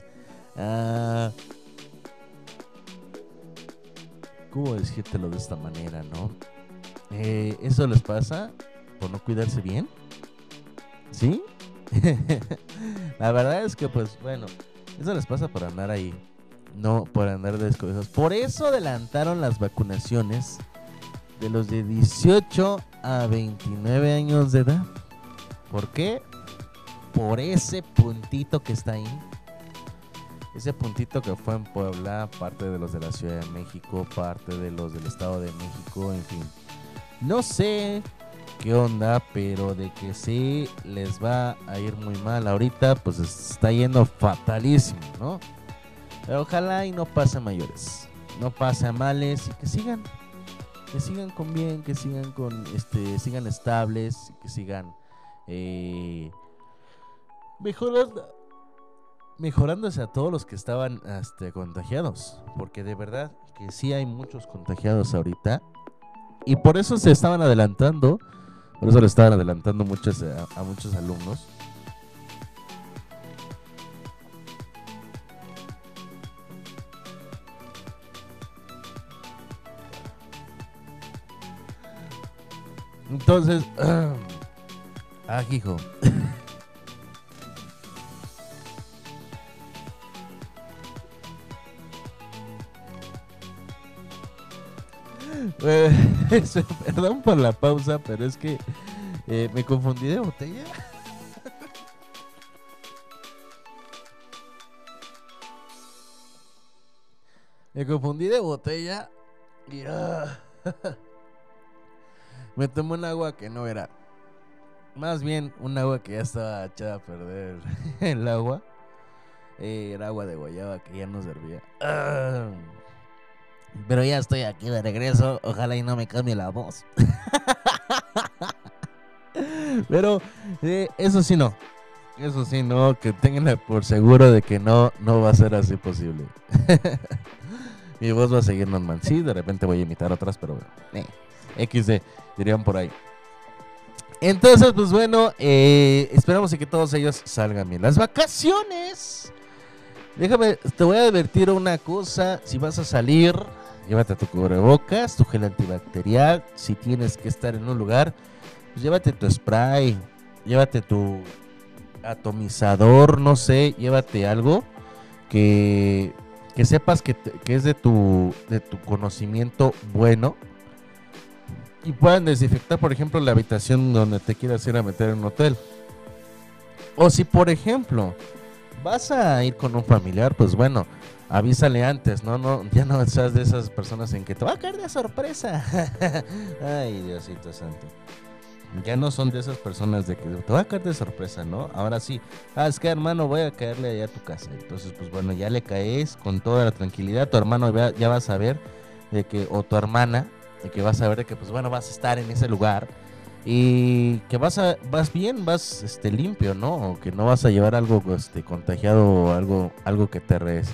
¿cómo decírtelo de esta manera, no? Eso les pasa por no cuidarse bien, ¿sí? La verdad es que, pues, bueno, eso les pasa por andar ahí, no por andar descuidados. Por eso adelantaron las vacunaciones de los de 18 a 29 años de edad. ¿Por qué? Por ese puntito que está ahí. Ese puntito que fue en Puebla, parte de los de la Ciudad de México, parte de los del Estado de México, en fin. No sé qué onda, pero de que sí les va a ir muy mal ahorita, pues está yendo fatalísimo, ¿no? Pero ojalá y no pase a mayores, no pase a males y que sigan con bien, que sigan con sigan estables, que sigan mejorándose a todos los que estaban contagiados, porque de verdad que sí hay muchos contagiados ahorita y por eso se estaban adelantando, por eso le estaban adelantando a muchos alumnos. Entonces, hijo. Perdón por la pausa, pero es que me confundí de botella. Me confundí de botella y me tomé un agua que no era. Más bien un agua que ya estaba echada a perder. El agua era agua de guayaba que ya no servía. Pero ya estoy aquí de regreso. Ojalá y no me cambie la voz. Pero eso sí no. Eso sí no. Que tengan por seguro de que no va a ser así posible. Mi voz va a seguir normal. Sí, de repente voy a imitar otras, pero XD, dirían por ahí. Entonces, pues bueno, esperamos que todos ellos salgan bien. Las vacaciones Déjame, te voy a advertir una cosa. Si vas a salir, llévate tu cubrebocas, tu gel antibacterial. Si tienes que estar en un lugar, pues llévate tu spray, llévate tu atomizador, no sé, llévate algo que sepas que es de tu conocimiento bueno y puedan desinfectar, por ejemplo, la habitación donde te quieras ir a meter en un hotel. O si, por ejemplo, vas a ir con un familiar, pues bueno, avísale antes, ¿no? Ya no seas de esas personas en que te va a caer de sorpresa. Ay, Diosito santo. Ya no son de esas personas de que te va a caer de sorpresa, ¿no? Ahora sí, es que hermano, voy a caerle allá a tu casa. Entonces, pues bueno, ya le caes con toda la tranquilidad. Tu hermano ya va a saber de que, o tu hermana, de que va a saber de que, pues bueno, vas a estar en ese lugar. Y que vas bien, vas limpio, ¿no? O que no vas a llevar algo contagiado o algo que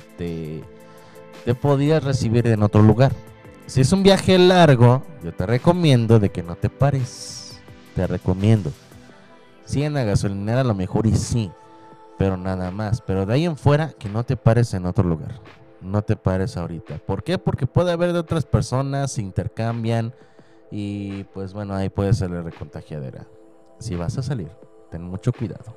te podías recibir en otro lugar. Si es un viaje largo, yo te recomiendo de que no te pares. Te recomiendo. Sí, en la gasolinera a lo mejor y sí, pero nada más. Pero de ahí en fuera, que no te pares en otro lugar. No te pares ahorita. ¿Por qué? Porque puede haber de otras personas, se intercambian. Y pues bueno, ahí puede ser la contagiadera. Si vas a salir, ten mucho cuidado.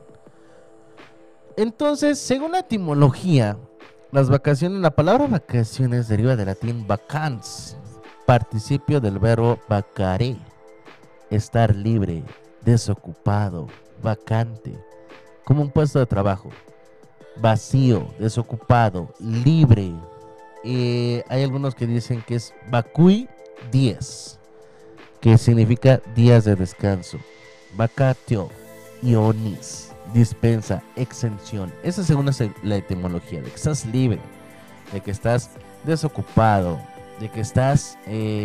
Entonces, según la etimología, las vacaciones, la palabra vacaciones deriva del latín vacans, participio del verbo vacare, estar libre, desocupado, vacante, como un puesto de trabajo, vacío, desocupado, libre. Hay algunos que dicen que es vacui dies, que significa días de descanso. Vacatio, ionis, dispensa, exención. Esa según la etimología, de que estás libre, de que estás desocupado, de que estás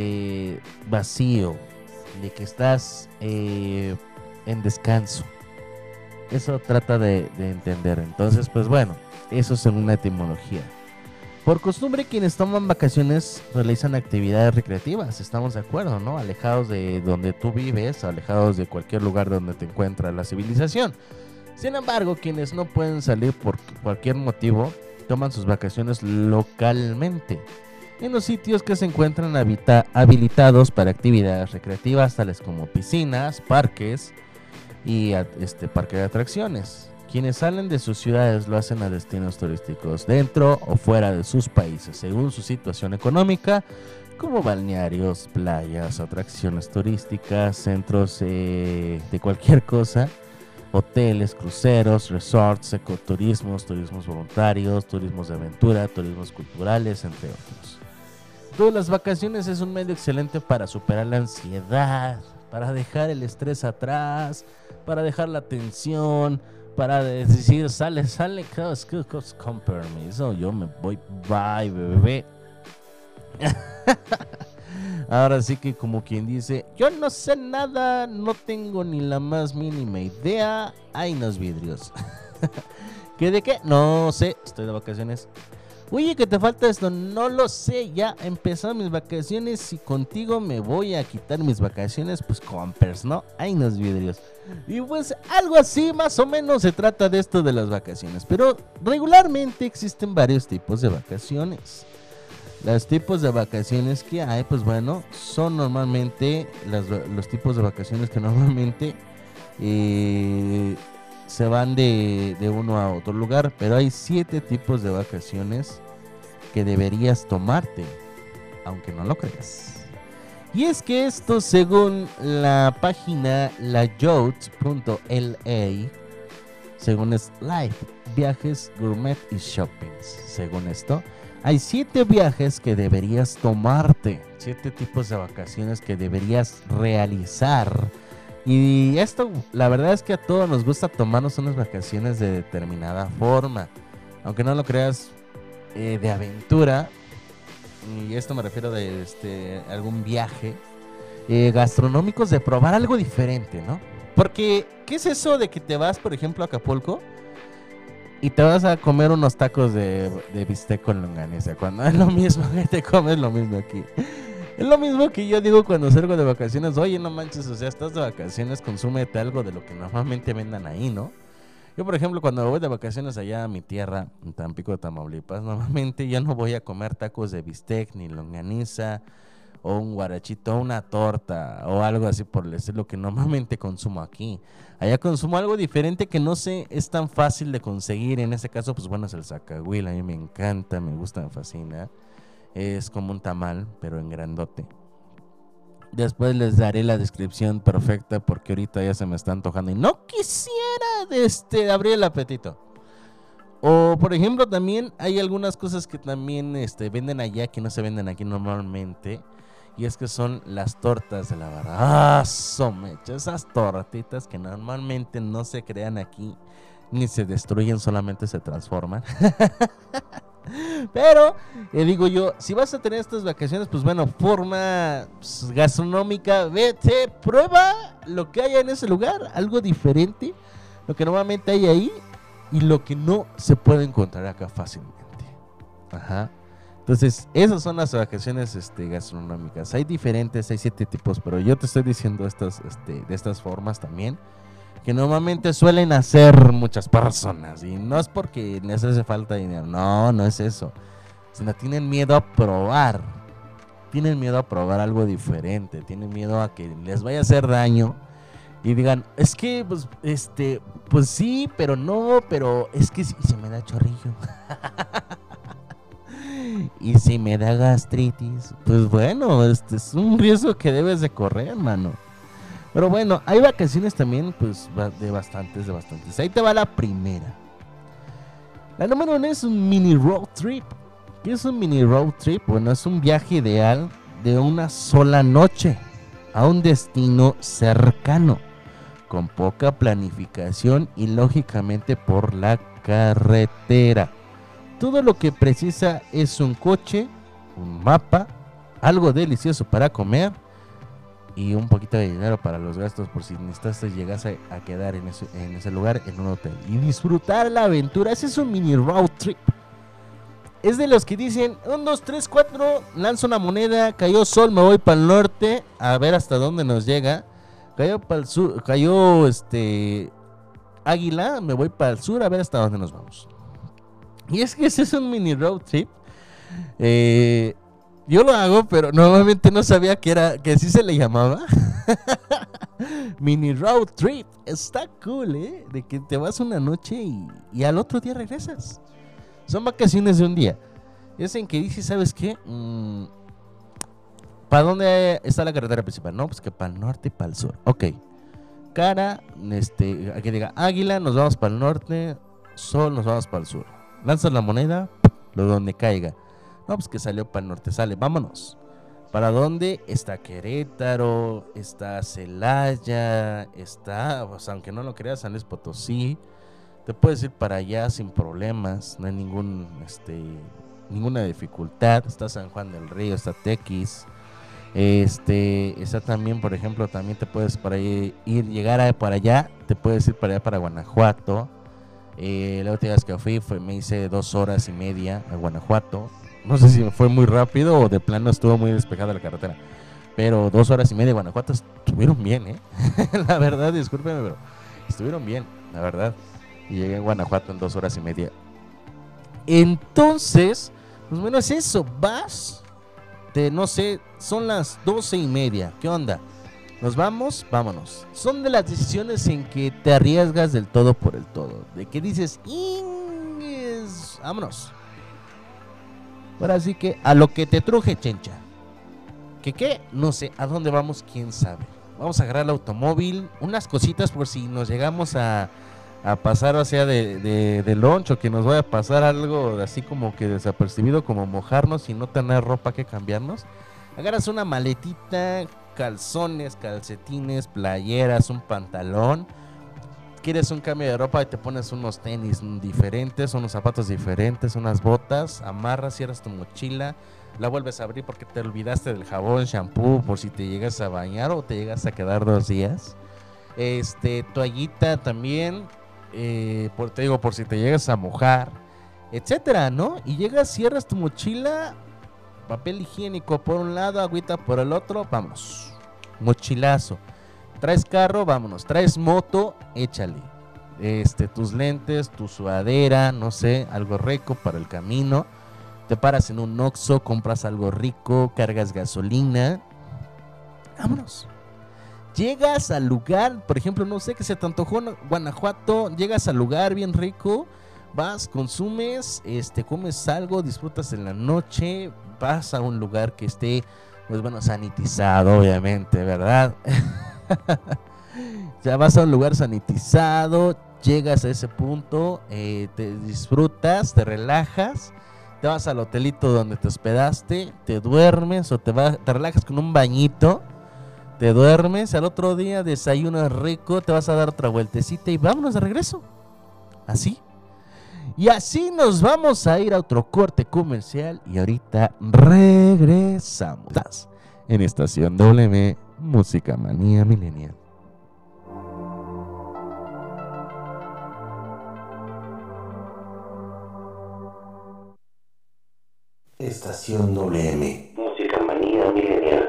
vacío, de que estás en descanso. Eso trata de entender. Entonces, pues bueno, eso según la etimología. Por costumbre, quienes toman vacaciones realizan actividades recreativas, estamos de acuerdo, ¿no? Alejados de donde tú vives, alejados de cualquier lugar donde te encuentra la civilización. Sin embargo, quienes no pueden salir por cualquier motivo, toman sus vacaciones localmente, en los sitios que se encuentran habilitados para actividades recreativas, tales como piscinas, parques y parque de atracciones. Quienes salen de sus ciudades lo hacen a destinos turísticos dentro o fuera de sus países, según su situación económica, como balnearios, playas, atracciones turísticas, centros de cualquier cosa, hoteles, cruceros, resorts, ecoturismos, turismos voluntarios, turismos de aventura, turismos culturales, entre otros. Todas las vacaciones es un medio excelente para superar la ansiedad, para dejar el estrés atrás, para dejar la tensión, para decir, sale, con permiso, yo me voy, bye, bebé. Ahora sí que como quien dice, yo no sé nada, no tengo ni la más mínima idea, hay unos vidrios. ¿Qué de qué? No sé, estoy de vacaciones. Oye, que te falta esto, no lo sé, ya empezaron mis vacaciones y contigo me voy a quitar mis vacaciones, pues compers, ¿no? Hay unos vidrios. Y pues algo así más o menos se trata de esto de las vacaciones, pero regularmente existen varios tipos de vacaciones. Los tipos de vacaciones que hay, pues bueno, son normalmente los tipos de vacaciones que normalmente se van de uno a otro lugar, pero hay 7 tipos de vacaciones que deberías tomarte, aunque no lo creas. Y es que esto, según la página layout.la, según es Life, Viajes, Gourmet y Shoppings, según esto, hay 7 viajes que deberías tomarte, 7 tipos de vacaciones que deberías realizar. Y esto, la verdad es que a todos nos gusta tomarnos unas vacaciones de determinada forma, aunque no lo creas, de aventura. Y esto me refiero de algún viaje gastronómicos, de probar algo diferente, ¿no? Porque, ¿qué es eso de que te vas, por ejemplo, a Acapulco y te vas a comer unos tacos de bistec con longaniza, cuando es lo mismo que te comes lo mismo aquí? Es lo mismo que yo digo cuando salgo de vacaciones. Oye, no manches, o sea, estás de vacaciones, consúmete algo de lo que normalmente vendan ahí, ¿no? Yo, por ejemplo, cuando voy de vacaciones allá a mi tierra, en Tampico, Tamaulipas, normalmente yo no voy a comer tacos de bistec, ni longaniza, o un guarachito, o una torta, o algo así por el estilo que normalmente consumo aquí. Allá consumo algo diferente que no sé, es tan fácil de conseguir. En este caso, pues bueno, es el zacahuil. A mí me encanta, me gusta, me fascina. Es como un tamal, pero en grandote. Después les daré la descripción perfecta porque ahorita ya se me está antojando y no quisiera abrir el apetito. O por ejemplo también hay algunas cosas que también venden allá que no se venden aquí normalmente. Y es que son las tortas de la barra. Somecha, esas tortitas que normalmente no se crean aquí ni se destruyen, solamente se transforman. Pero, digo yo, si vas a tener estas vacaciones, pues bueno, forma gastronómica, vete, prueba lo que haya en ese lugar, algo diferente, lo que normalmente hay ahí y lo que no se puede encontrar acá fácilmente. Ajá. Entonces, esas son las vacaciones gastronómicas. Hay diferentes, hay 7 tipos, pero yo te estoy diciendo de estas formas también, que normalmente suelen hacer muchas personas. Y no es porque les hace falta dinero, no es eso. Sino tienen miedo a probar. Tienen miedo a probar algo diferente. Tienen miedo a que les vaya a hacer daño. Y digan, es que, pues sí, pero no, pero es que si se me da chorrillo. Y si me da gastritis, pues bueno, es un riesgo que debes de correr, mano. Pero bueno, hay vacaciones también, pues, de bastantes. Ahí te va la primera. La número 1 es un mini road trip. ¿Qué es un mini road trip? Bueno, es un viaje ideal de una sola noche a un destino cercano, con poca planificación y lógicamente por la carretera. Todo lo que precisa es un coche, un mapa, algo delicioso para comer y un poquito de dinero para los gastos por si necesitas llegarse a quedar en ese lugar, en un hotel y disfrutar la aventura. Ese es un mini road trip. Es de los que dicen 1, 2, 3, 4, lanzo una moneda, cayó sol, me voy para el norte a ver hasta dónde nos llega. Cayó para el sur, cayó águila, me voy para el sur a ver hasta dónde nos vamos. Y es que ese es un mini road trip. Yo lo hago, pero normalmente no sabía que así se le llamaba. Mini road trip. Está cool, de que te vas una noche y al otro día regresas. Son vacaciones de un día. Es en que dices, ¿sabes qué? ¿Para dónde está la carretera principal? No, pues que para el norte y para el sur. Ok. Aquí diga águila, nos vamos para el norte. Sol, nos vamos para el sur. Lanzas la moneda, lo donde caiga. No, pues que salió para el norte, sale, vámonos. ¿Para dónde? Está Querétaro, está Celaya, está, pues, aunque no lo creas, San Luis Potosí. Te puedes ir para allá sin problemas, no hay ninguna dificultad. Está San Juan del Río, está Tequis. Está también, por ejemplo, también te puedes llegar para allá, te puedes ir para allá para Guanajuato. La última vez que me hice 2 horas y media a Guanajuato. No sé si me fue muy rápido o de plano estuvo muy despejada la carretera. Pero 2 horas y media de Guanajuato estuvieron bien, La verdad, discúlpeme, pero estuvieron bien, la verdad. Y llegué a Guanajuato en 2 horas y media. Entonces, pues bueno, es eso. Vas, no sé, son las 12:30. ¿Qué onda? ¿Nos vamos? Vámonos. Son de las decisiones en que te arriesgas del todo por el todo. De que dices, vámonos. Ahora sí que a lo que te truje, chencha. ¿Qué? No sé. ¿A dónde vamos? ¿Quién sabe? Vamos a agarrar el automóvil. Unas cositas por si nos llegamos a pasar, o sea, de lunch, o que nos vaya a pasar algo así como que desapercibido, como mojarnos y no tener ropa que cambiarnos. Agarras una maletita, calzones, calcetines, playeras, un pantalón. Quieres un cambio de ropa y te pones unos tenis diferentes, unos zapatos diferentes, unas botas, amarras, cierras tu mochila, la vuelves a abrir porque te olvidaste del jabón, shampoo, por si te llegas a bañar o te llegas a quedar 2 días. Toallita también, por si te llegas a mojar, etcétera, ¿no? Y llegas, cierras tu mochila, papel higiénico por un lado, agüita por el otro, vámonos. Mochilazo. Traes carro, vámonos. Traes moto, échale. tus lentes, tu sudadera, no sé, algo rico para el camino. Te paras en un Oxxo, compras algo rico, cargas gasolina. Vámonos. Llegas al lugar, por ejemplo, no sé, que se te antojó Guanajuato, llegas al lugar bien rico, vas, consumes, comes algo, disfrutas en la noche, vas a un lugar que esté, pues bueno, sanitizado, obviamente, ¿verdad? Ya vas a un lugar sanitizado, llegas a ese punto, te disfrutas, te relajas, te vas al hotelito donde te hospedaste, te duermes o te relajas con un bañito, te duermes, al otro día desayunas rico, te vas a dar otra vueltecita y vámonos de regreso. Así. Y así nos vamos a ir a otro corte comercial y ahorita regresamos. En Estación WM, Música Manía Millennial. Estación WM, Música Manía Millennial.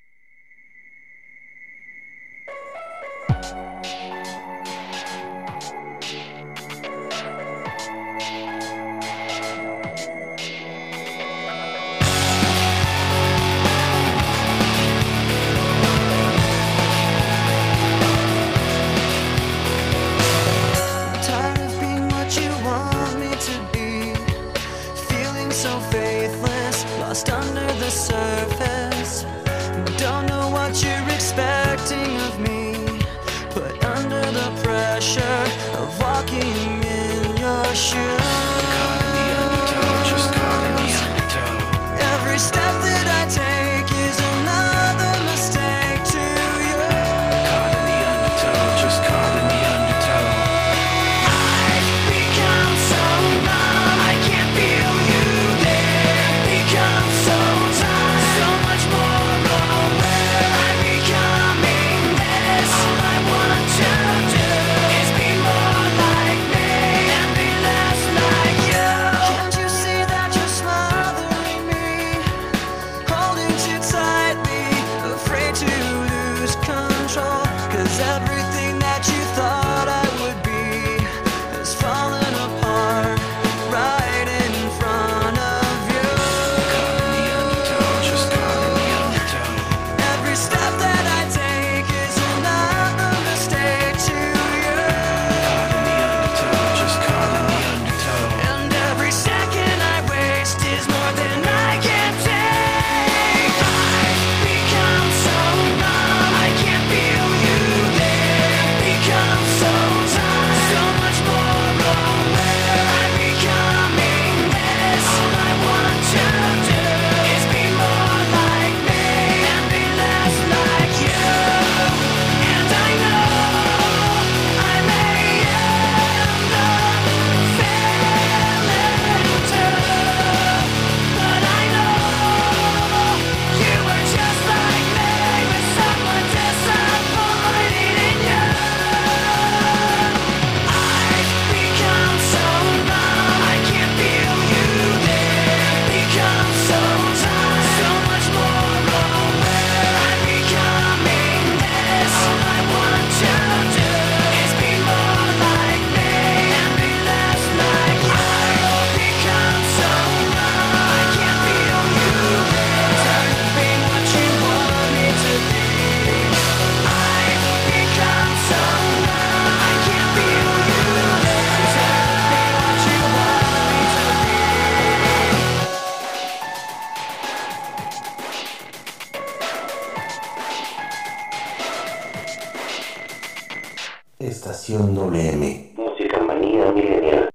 Tired of being what you want me to be, feeling so faithless, lost under the surface. Don't know what you're expecting of me, put under the pressure of walking in your shoes. Caught in the undertow, just caught in the undertow. Every step that I take is another mistake to you. Caught in the undertow, just caught in the undertow. I've become so numb, I can't feel you there. Become so tired, so much more aware. I'm becoming this. All I want to do is be more like me and be less like you. Can't you see that you're smothering me, holding too tightly, afraid to lose control? 'Cause everything that you thought I would be has fallen apart right in front of you. Caught in the undertow, just caught in the undertow. Every step that I take is another mistake to you. Caught in the undertow, just caught in the undertow. And every second I waste is more than I can take. I've become so numb, I can't feel you there. Become so tired, so much more aware. I'm becoming this. All I want to do is be more like me and be less like you. And I know I may end up failing too, but I know you were just like me, with someone disappointed in you. I've become so numb, I can't feel you there. Become so tired, so much more aware. I'm becoming this. All I want to do is be more like me and be less like you. I've become so numb, I can't feel you there. Tired of being what you want me to be. I've become so numb, I can't feel you there. Tired of being what you want me to be. Estación WM, Música Manía Millennial.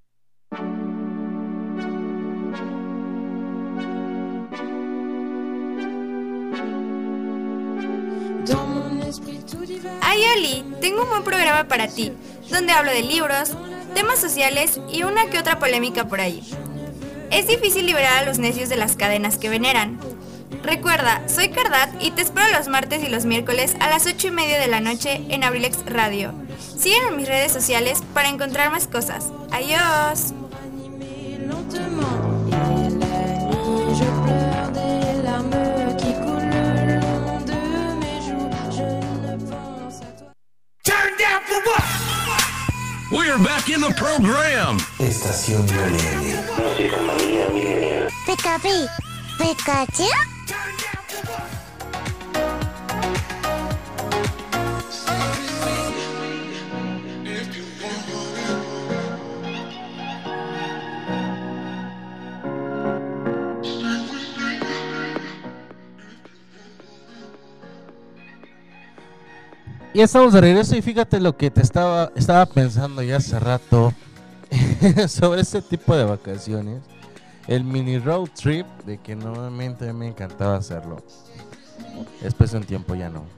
Ay, Oli, tengo un buen programa para ti, donde hablo de libros, temas sociales y una que otra polémica por ahí. Es difícil liberar a los necios de las cadenas que veneran. Recuerda, soy Cardat y te espero los martes y los miércoles a las 8:30 de la noche en Abrilex Radio. Sígueme en mis redes sociales para encontrar más cosas. ¡Adiós! Turn down for what? We're back in the program. Estación Millennial. Música manía millennial. Pikapi, Pikachu. Ya estamos de regreso y fíjate lo que te estaba pensando ya hace rato sobre este tipo de vacaciones. El mini road trip, de que normalmente me encantaba hacerlo. Después de un tiempo ya no.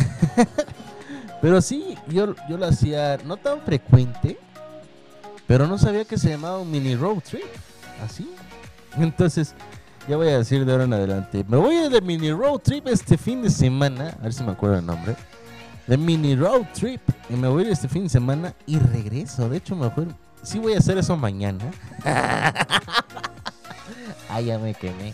Pero sí, yo lo hacía no tan frecuente, pero no sabía que se llamaba un mini road trip. Así. Entonces, ya voy a decir de ahora en adelante. Me voy de mini road trip este fin de semana. A ver si me acuerdo el nombre. De mini road trip. Y me voy este fin de semana y regreso. De hecho, mejor sí voy a hacer eso mañana. Ay, ya me quemé.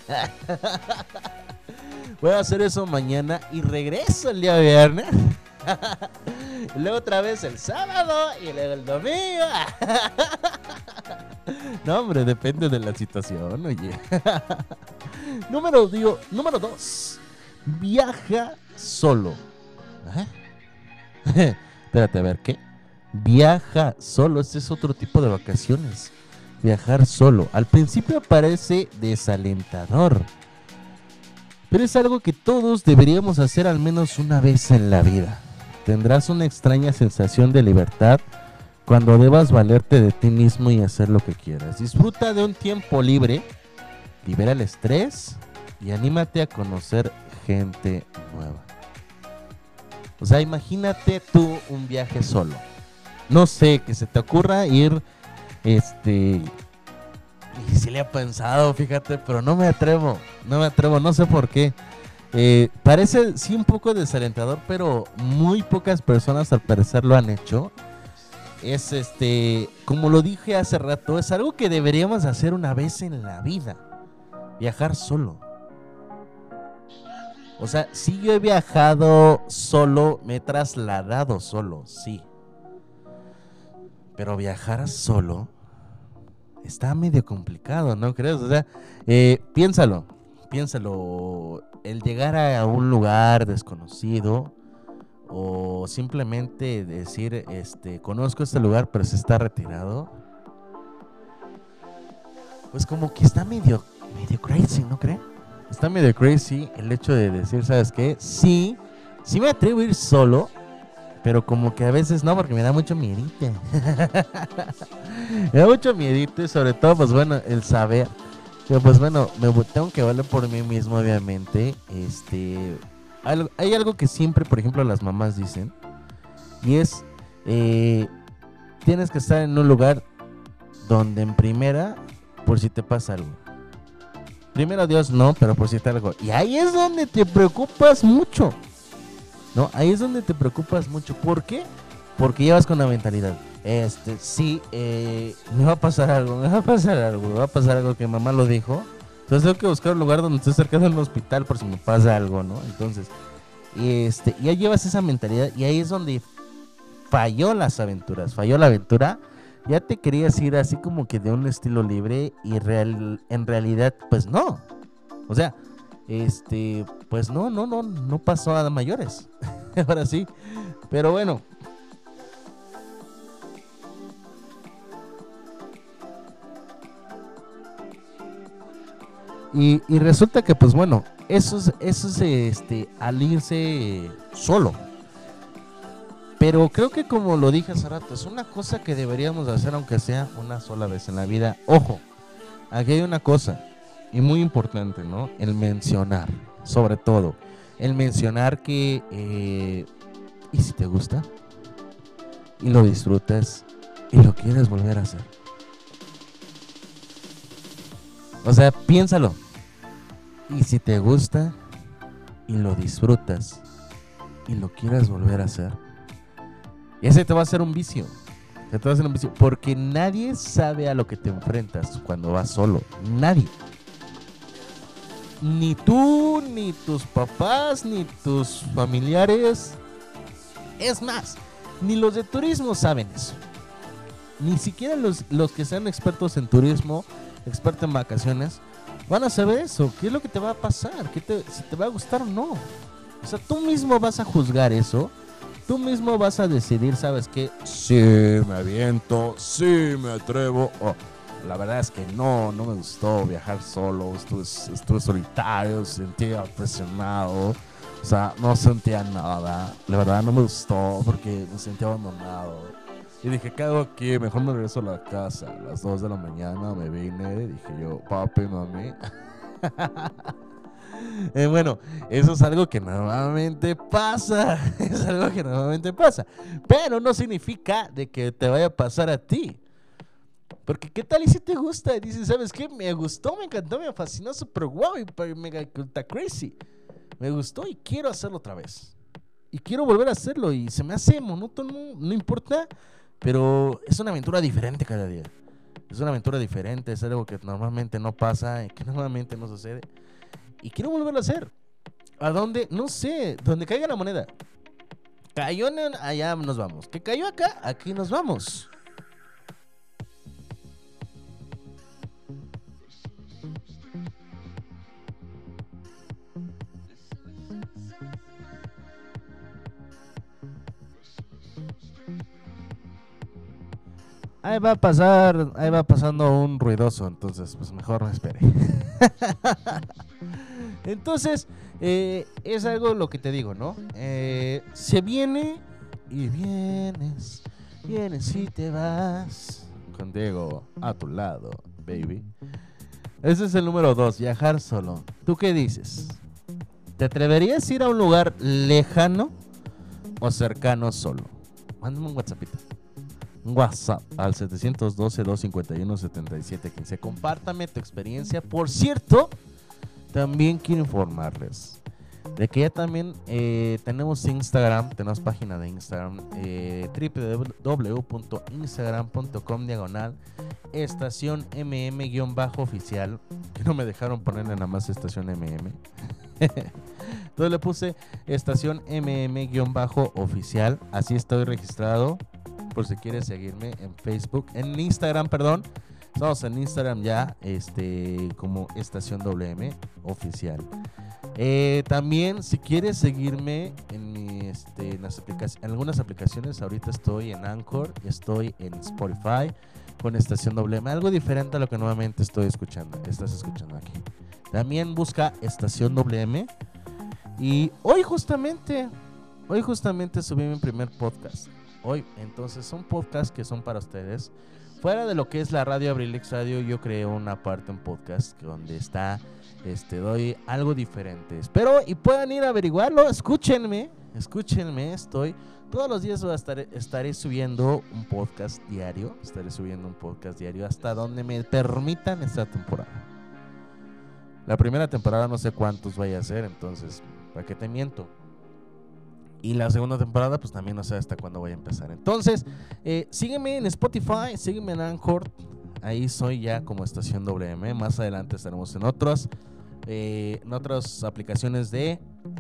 Voy a hacer eso mañana y regreso el día viernes. Y luego otra vez el sábado y luego el domingo. No, hombre, depende de la situación, oye. Número 2. Viaja solo. Espérate, a ver, ¿qué? Viaja solo. Este es otro tipo de vacaciones. Viajar solo. Al principio parece desalentador, pero es algo que todos deberíamos hacer al menos una vez en la vida. Tendrás una extraña sensación de libertad cuando debas valerte de ti mismo y hacer lo que quieras. Disfruta de un tiempo libre, libera el estrés y anímate a conocer gente nueva. O sea, imagínate tú un viaje solo. No sé, que se te ocurra ir, y si le he pensado, fíjate, pero no me atrevo, no sé por qué. Parece sí un poco desalentador, pero muy pocas personas al parecer lo han hecho. Es como lo dije hace rato, es algo que deberíamos hacer una vez en la vida. Viajar solo. O sea, sí, yo he viajado solo, me he trasladado solo, sí. Pero viajar solo está medio complicado, ¿no crees? O sea, piénsalo. El llegar a un lugar desconocido o simplemente decir, conozco este lugar, pero se está retirado. Pues como que está medio crazy, ¿no crees? Está medio crazy el hecho de decir, ¿sabes qué? Sí me atrevo a ir solo, pero como que a veces no, porque me da mucho miedito. Me da mucho miedito y sobre todo, pues bueno, el saber que, pues bueno, me tengo que valer por mí mismo, obviamente. Hay algo que siempre, por ejemplo, las mamás dicen, y es, tienes que estar en un lugar donde en primera, por si te pasa algo. Primero Dios no, pero por si te algo. Y ahí es donde te preocupas mucho. ¿No? Ahí es donde te preocupas mucho. ¿Por qué? Porque llevas con la mentalidad. Me va a pasar algo que mamá lo dijo. Entonces tengo que buscar un lugar donde esté cerca de un hospital por si me pasa algo, ¿no? Entonces, ya llevas esa mentalidad y ahí es donde falló la aventura. Ya te querías ir así como que de un estilo libre y en realidad pues no. O sea, pues no pasó nada mayores. Ahora sí. Pero bueno. Y resulta que pues bueno, eso es al irse solo. Pero creo que como lo dije hace rato, es una cosa que deberíamos hacer aunque sea una sola vez en la vida. Ojo, aquí hay una cosa, y muy importante, ¿no? El mencionar, sobre todo. El mencionar que, ¿y si te gusta? Y lo disfrutas, y lo quieres volver a hacer. O sea, piénsalo. Y si te gusta, y lo disfrutas, y lo quieres volver a hacer. Ese te va a hacer un vicio. Porque nadie sabe a lo que te enfrentas cuando vas solo. Nadie. Ni tú, ni tus papás, ni tus familiares. Es más, ni los de turismo saben eso. ni siquiera los que sean expertos en turismo, expertos en vacaciones, van a saber eso. ¿Qué es lo que te va a pasar? Si te va a gustar o no. O sea, tú mismo vas a juzgar eso. Tú mismo vas a decidir, ¿sabes qué? Sí, me aviento, sí, me atrevo. La verdad es que no me gustó viajar solo. Estuve solitario, sentía presionado. O sea, no sentía nada. La verdad no me gustó porque me sentía abandonado. Y dije, ¿qué hago aquí? Mejor me regreso a la casa. A las 2 de la mañana me vine. Dije yo, papi, mami. Bueno, eso es algo que normalmente pasa. Es algo que normalmente pasa. Pero no significa de que te vaya a pasar a ti. Porque ¿qué tal y si te gusta? Y dices, ¿sabes qué? Me gustó, me encantó, me fascinó, super guau y mega crazy. Me gustó y quiero hacerlo otra vez. Y quiero volver a hacerlo y se me hace monótono, no importa. Pero es una aventura diferente cada día. Es una aventura diferente, es algo que normalmente no pasa, que normalmente no sucede. Y quiero volverlo a hacer. ¿A dónde? No sé, donde caiga la moneda. Cayó allá, nos vamos. Que cayó acá, aquí nos vamos. Ahí va pasando un ruidoso, entonces pues mejor no espere. Entonces, es algo lo que te digo, ¿no? Se viene y vienes y te vas. Contigo a tu lado, baby. Ese es el número 2, viajar solo. ¿Tú qué dices? ¿Te atreverías a ir a un lugar lejano o cercano solo? Mándame un WhatsAppito. Un WhatsApp al 712-251-7715. Compártame tu experiencia. Por cierto, también quiero informarles de que ya también tenemos Instagram, tenemos página de Instagram, www.instagram.com/estación mm-oficial, que no me dejaron ponerle nada más estación mm. Entonces le puse estación mm-oficial, así estoy registrado. Por si quieres seguirme en Facebook, en Instagram, perdón. Estamos en Instagram ya, como Estación WM Oficial. También, si quieres seguirme en algunas aplicaciones, ahorita estoy en Anchor, estoy en Spotify con Estación WM, algo diferente a lo que nuevamente estás escuchando aquí. También busca Estación WM. Y hoy justamente subí mi primer podcast. Hoy, entonces, son podcasts que son para ustedes. Fuera de lo que es la radio Abrilix Radio, yo creé una parte en podcast donde está, doy algo diferente. Espero y puedan ir a averiguarlo. Escúchenme, todos los días estaré subiendo un podcast diario. Hasta donde me permitan esta temporada. La primera temporada no sé cuántos vaya a ser, entonces, ¿para qué te miento? Y la segunda temporada, pues también no sé hasta cuándo voy a empezar. Entonces, sígueme en Spotify, sígueme en Anchor. Ahí soy ya como Estación WM. Más adelante estaremos en otras aplicaciones de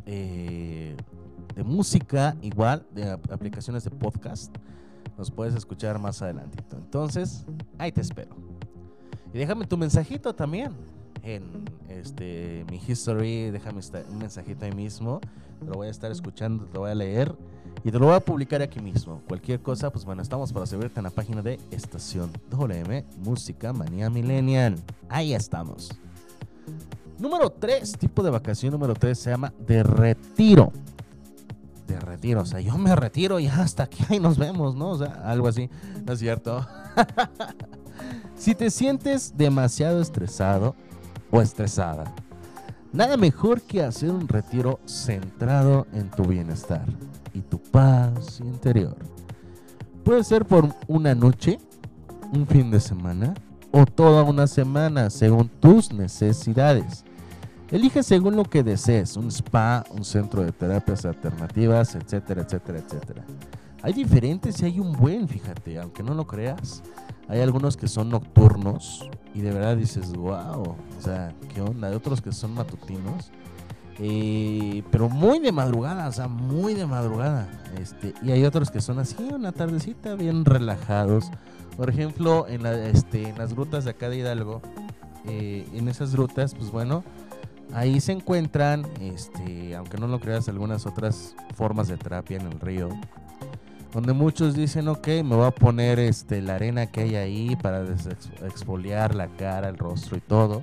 música, igual, de aplicaciones de podcast. Nos puedes escuchar más adelantito. Entonces, ahí te espero. Y déjame tu mensajito también en mi history. Déjame un mensajito ahí mismo. Te lo voy a estar escuchando, te lo voy a leer y te lo voy a publicar aquí mismo. Cualquier cosa, pues bueno, estamos para servirte en la página de Estación WM Música Manía Millennial. Ahí estamos. Número 3, tipo de vacación número 3 se llama de retiro. De retiro, o sea, yo me retiro y hasta aquí ahí nos vemos, ¿no? O sea, algo así, ¿no es cierto? Si te sientes demasiado estresado o estresada, nada mejor que hacer un retiro centrado en tu bienestar y tu paz interior. Puede ser por una noche, un fin de semana o toda una semana según tus necesidades. Elige según lo que desees, un spa, un centro de terapias alternativas, etcétera, etcétera, etcétera. Hay diferentes y hay un buen, fíjate, aunque no lo creas. Hay algunos que son nocturnos y de verdad dices, wow, o sea, ¿qué onda? Hay otros que son matutinos pero muy de madrugada, o sea, muy de madrugada. Y hay otros que son así, una tardecita, bien relajados. Por ejemplo, en las grutas de acá de Hidalgo, en esas grutas, pues bueno, ahí se encuentran, aunque no lo creas, algunas otras formas de terapia en el río, donde muchos dicen, ok, me voy a poner la arena que hay ahí para exfoliar la cara, el rostro y todo.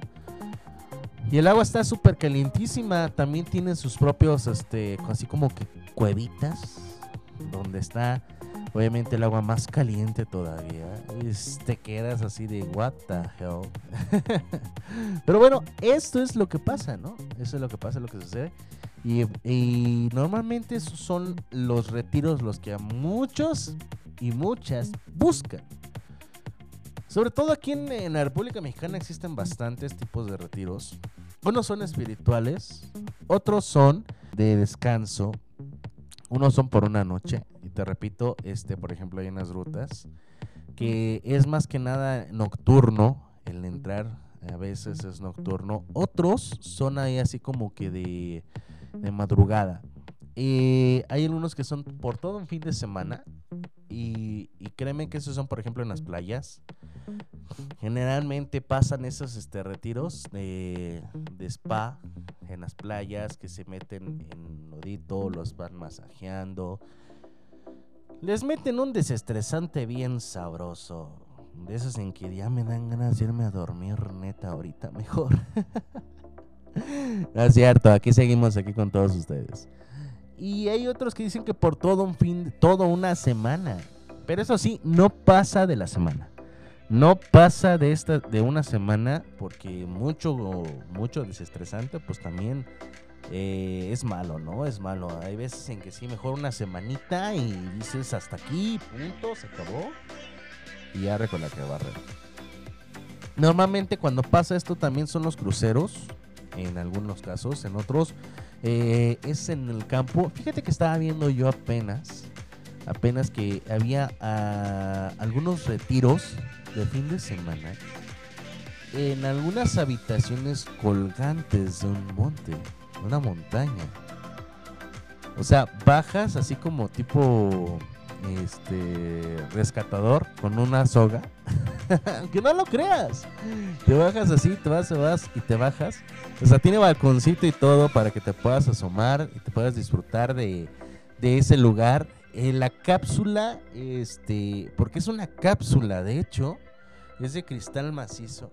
Y el agua está súper calientísima. También tienen sus propios, así como que cuevitas, donde está obviamente el agua más caliente todavía. Te quedas así de what the hell. Pero bueno, esto es lo que pasa, ¿no? Eso es lo que pasa, lo que sucede. Y normalmente esos son los retiros los que a muchos y muchas buscan. Sobre todo aquí en la República Mexicana existen bastantes tipos de retiros. Unos son espirituales, otros son de descanso, unos son por una noche. Y te repito, por ejemplo, hay unas rutas que es más que nada nocturno, el entrar a veces es nocturno. Otros son ahí así como que de madrugada. Hay algunos que son por todo un fin de semana. Y créeme que esos son, por ejemplo, en las playas. Generalmente pasan esos retiros de spa en las playas, que se meten en lodito, los van masajeando, les meten un desestresante bien sabroso, de esos en que ya me dan ganas de irme a dormir, neta, ahorita mejor. No es cierto, aquí seguimos aquí con todos ustedes. Y hay otros que dicen que por todo un fin, toda una semana. Pero eso sí, no pasa de la semana. No pasa de una semana, porque mucho desestresante, pues también es malo, ¿no? Es malo. Hay veces en que sí, mejor una semanita y dices hasta aquí, punto, se acabó. Y arre con la que barre. Normalmente cuando pasa esto también son los cruceros, en algunos casos, en otros es en el campo. Fíjate que estaba viendo yo apenas que había algunos retiros de fin de semana en algunas habitaciones colgantes de un monte, una montaña. O sea, bajas así como tipo rescatador con una soga. Aunque no lo creas, te bajas así, te vas y te bajas. O sea, tiene balconcito y todo para que te puedas asomar y te puedas disfrutar de ese lugar. La cápsula, porque es una cápsula, de hecho, es de cristal macizo.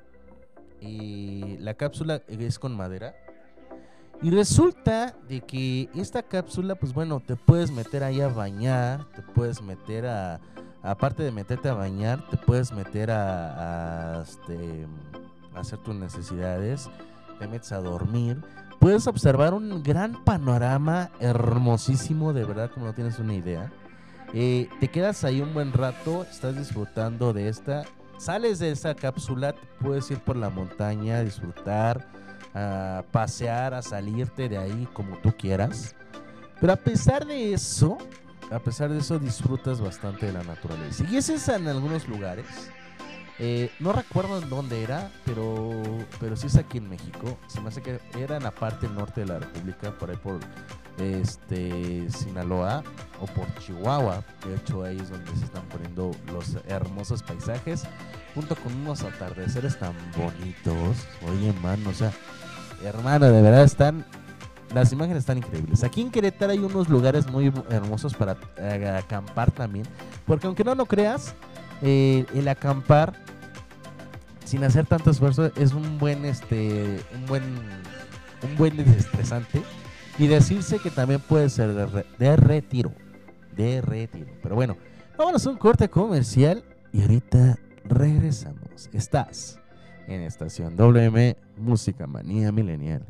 Y la cápsula es con madera. Y resulta de que esta cápsula, pues bueno, te puedes meter ahí a bañar, te puedes meter aparte de meterte a bañar, te puedes meter a hacer tus necesidades, te metes a dormir. Puedes observar un gran panorama hermosísimo, de verdad, como no tienes una idea. Te quedas ahí un buen rato, estás disfrutando de esta. Sales de esa cápsula, te puedes ir por la montaña, a disfrutar, a pasear, a salirte de ahí como tú quieras. Pero a pesar de eso disfrutas bastante de la naturaleza. Y ese es en algunos lugares. No recuerdo en dónde era, pero sí es aquí en México. Se me hace que era en la parte norte de la República, por ahí por Sinaloa o por Chihuahua. De hecho, ahí es donde se están poniendo los hermosos paisajes, junto con unos atardeceres tan bonitos. Oye, mano, o sea, hermano, de verdad las imágenes están increíbles. Aquí en Querétaro hay unos lugares muy hermosos para acampar también, porque aunque no lo creas, el acampar sin hacer tanto esfuerzo es un buen desestresante, y decirse que también puede ser de retiro. Pero bueno, vámonos a un corte comercial y ahorita regresamos. Estás en Estación WM, Música Manía Millennial.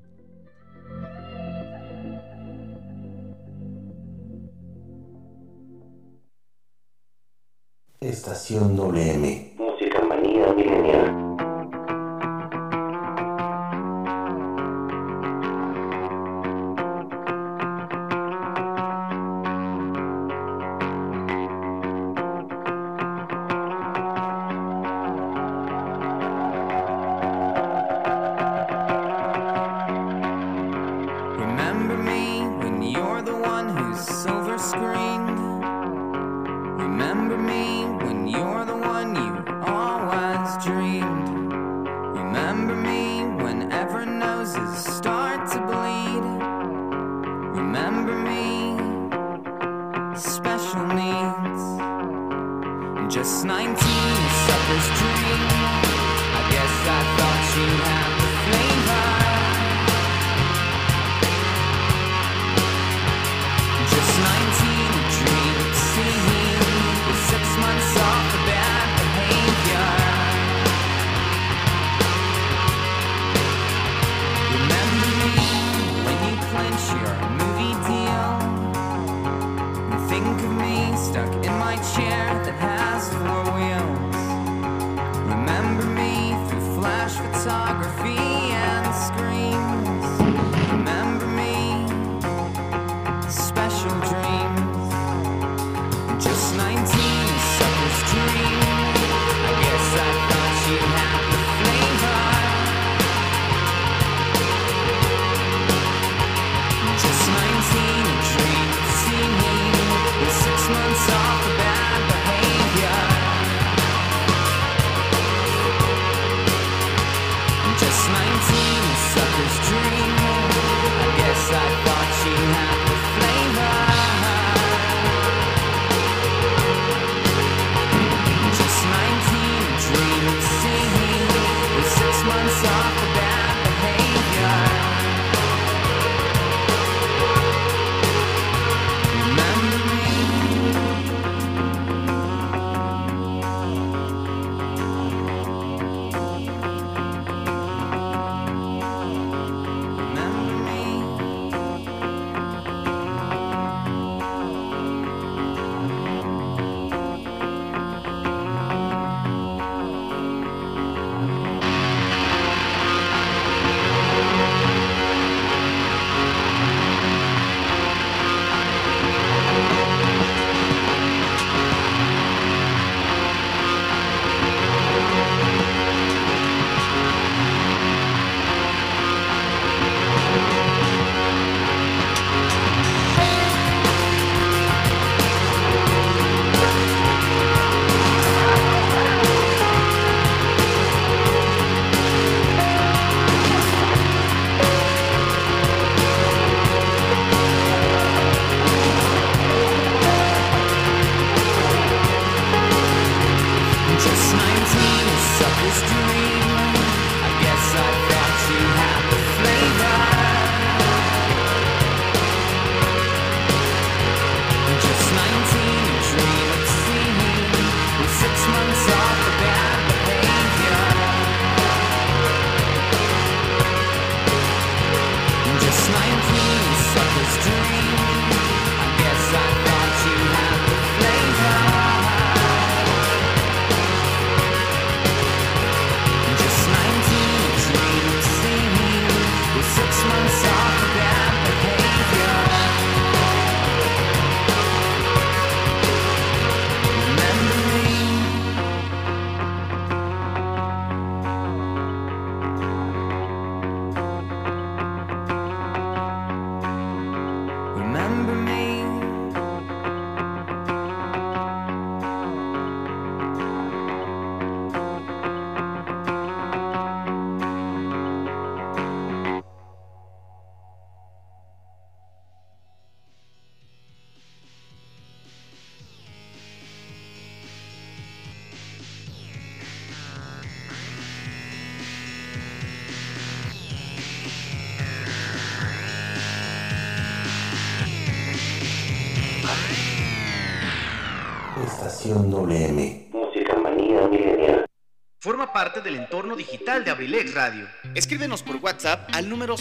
Estación WM, Música Manía Millennial. Remember Just 19, a sucker's dream. I guess I thought you had the flavor. Just 19, a dream of seeing with 6 months off the bad behavior. Remember me when you clench your movie deal, and think of me stuck in my chair that has 4 wheels. Remember me through flash photography and screens. Remember me, special dreams. Just 19, a sucker's dream. I guess I thought you had the flavor. Just 19, a dream of seeing with 6 months off the bad behavior. Just 19, a sucker's dream. I guess I thought you had the flavor. Just 19, a dream of seeing with 6 months off the bad behavior. Remember Estación WM. Música manía milenial. Forma parte del entorno digital de Abrilex Radio. Escríbenos por WhatsApp al número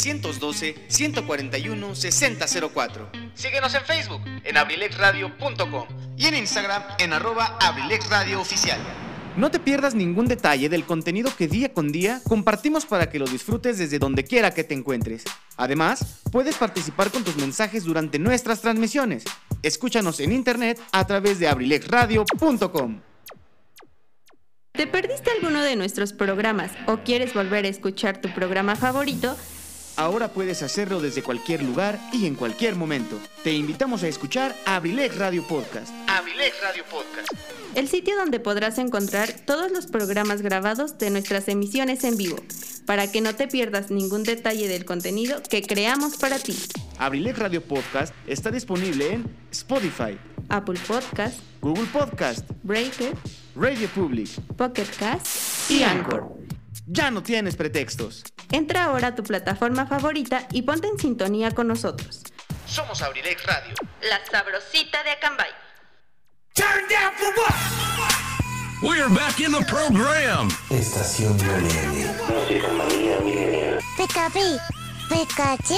712-141-6004. Síguenos en Facebook en abrilexradio.com y en Instagram en @abrilexradiooficial. No te pierdas ningún detalle del contenido que día con día compartimos para que lo disfrutes desde donde quiera que te encuentres. Además, puedes participar con tus mensajes durante nuestras transmisiones. Escúchanos en internet a través de abrilexradio.com. ¿Te perdiste alguno de nuestros programas o quieres volver a escuchar tu programa favorito? Ahora puedes hacerlo desde cualquier lugar y en cualquier momento. Te invitamos a escuchar Abrilex Radio Podcast. Abrilex Radio Podcast. El sitio donde podrás encontrar todos los programas grabados de nuestras emisiones en vivo, para que no te pierdas ningún detalle del contenido que creamos para ti. Abrilex Radio Podcast está disponible en Spotify, Apple Podcast, Google Podcast, Breaker, Radio Public, Pocket Cast y Anchor. Ya no tienes pretextos. Entra ahora a tu plataforma favorita y ponte en sintonía con nosotros. Somos Abrilex Radio. La sabrosita de Acambay. Turn down for what? We're back in the program. Estación Millennial. Música manía millennial. Pikapi, Pikachu.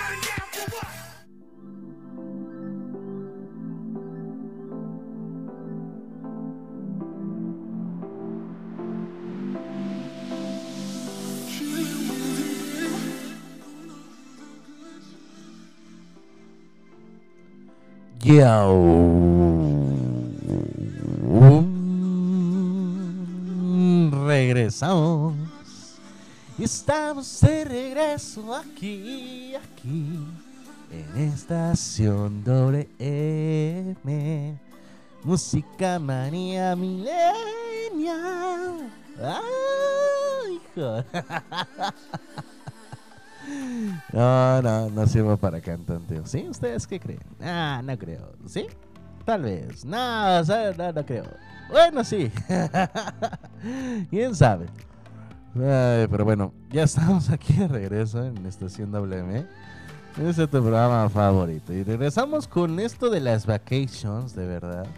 Regresamos. Estamos de regreso aquí en Estación WM. Música manía millennial. ¡Ay, hijo! No sirvo para cantante. ¿Sí? ¿Ustedes qué creen? No creo. ¿Sí? Tal vez. No creo. Bueno, sí. ¿Quién sabe? Ay, pero bueno, ya estamos aquí de regreso en Estación WM. Este es tu programa favorito. Y regresamos con esto de las vacations, de verdad.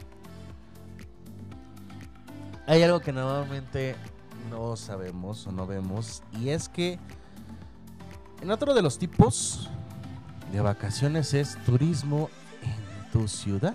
Hay algo que normalmente no sabemos o no vemos. Y es que en otro de los tipos de vacaciones es turismo en tu ciudad.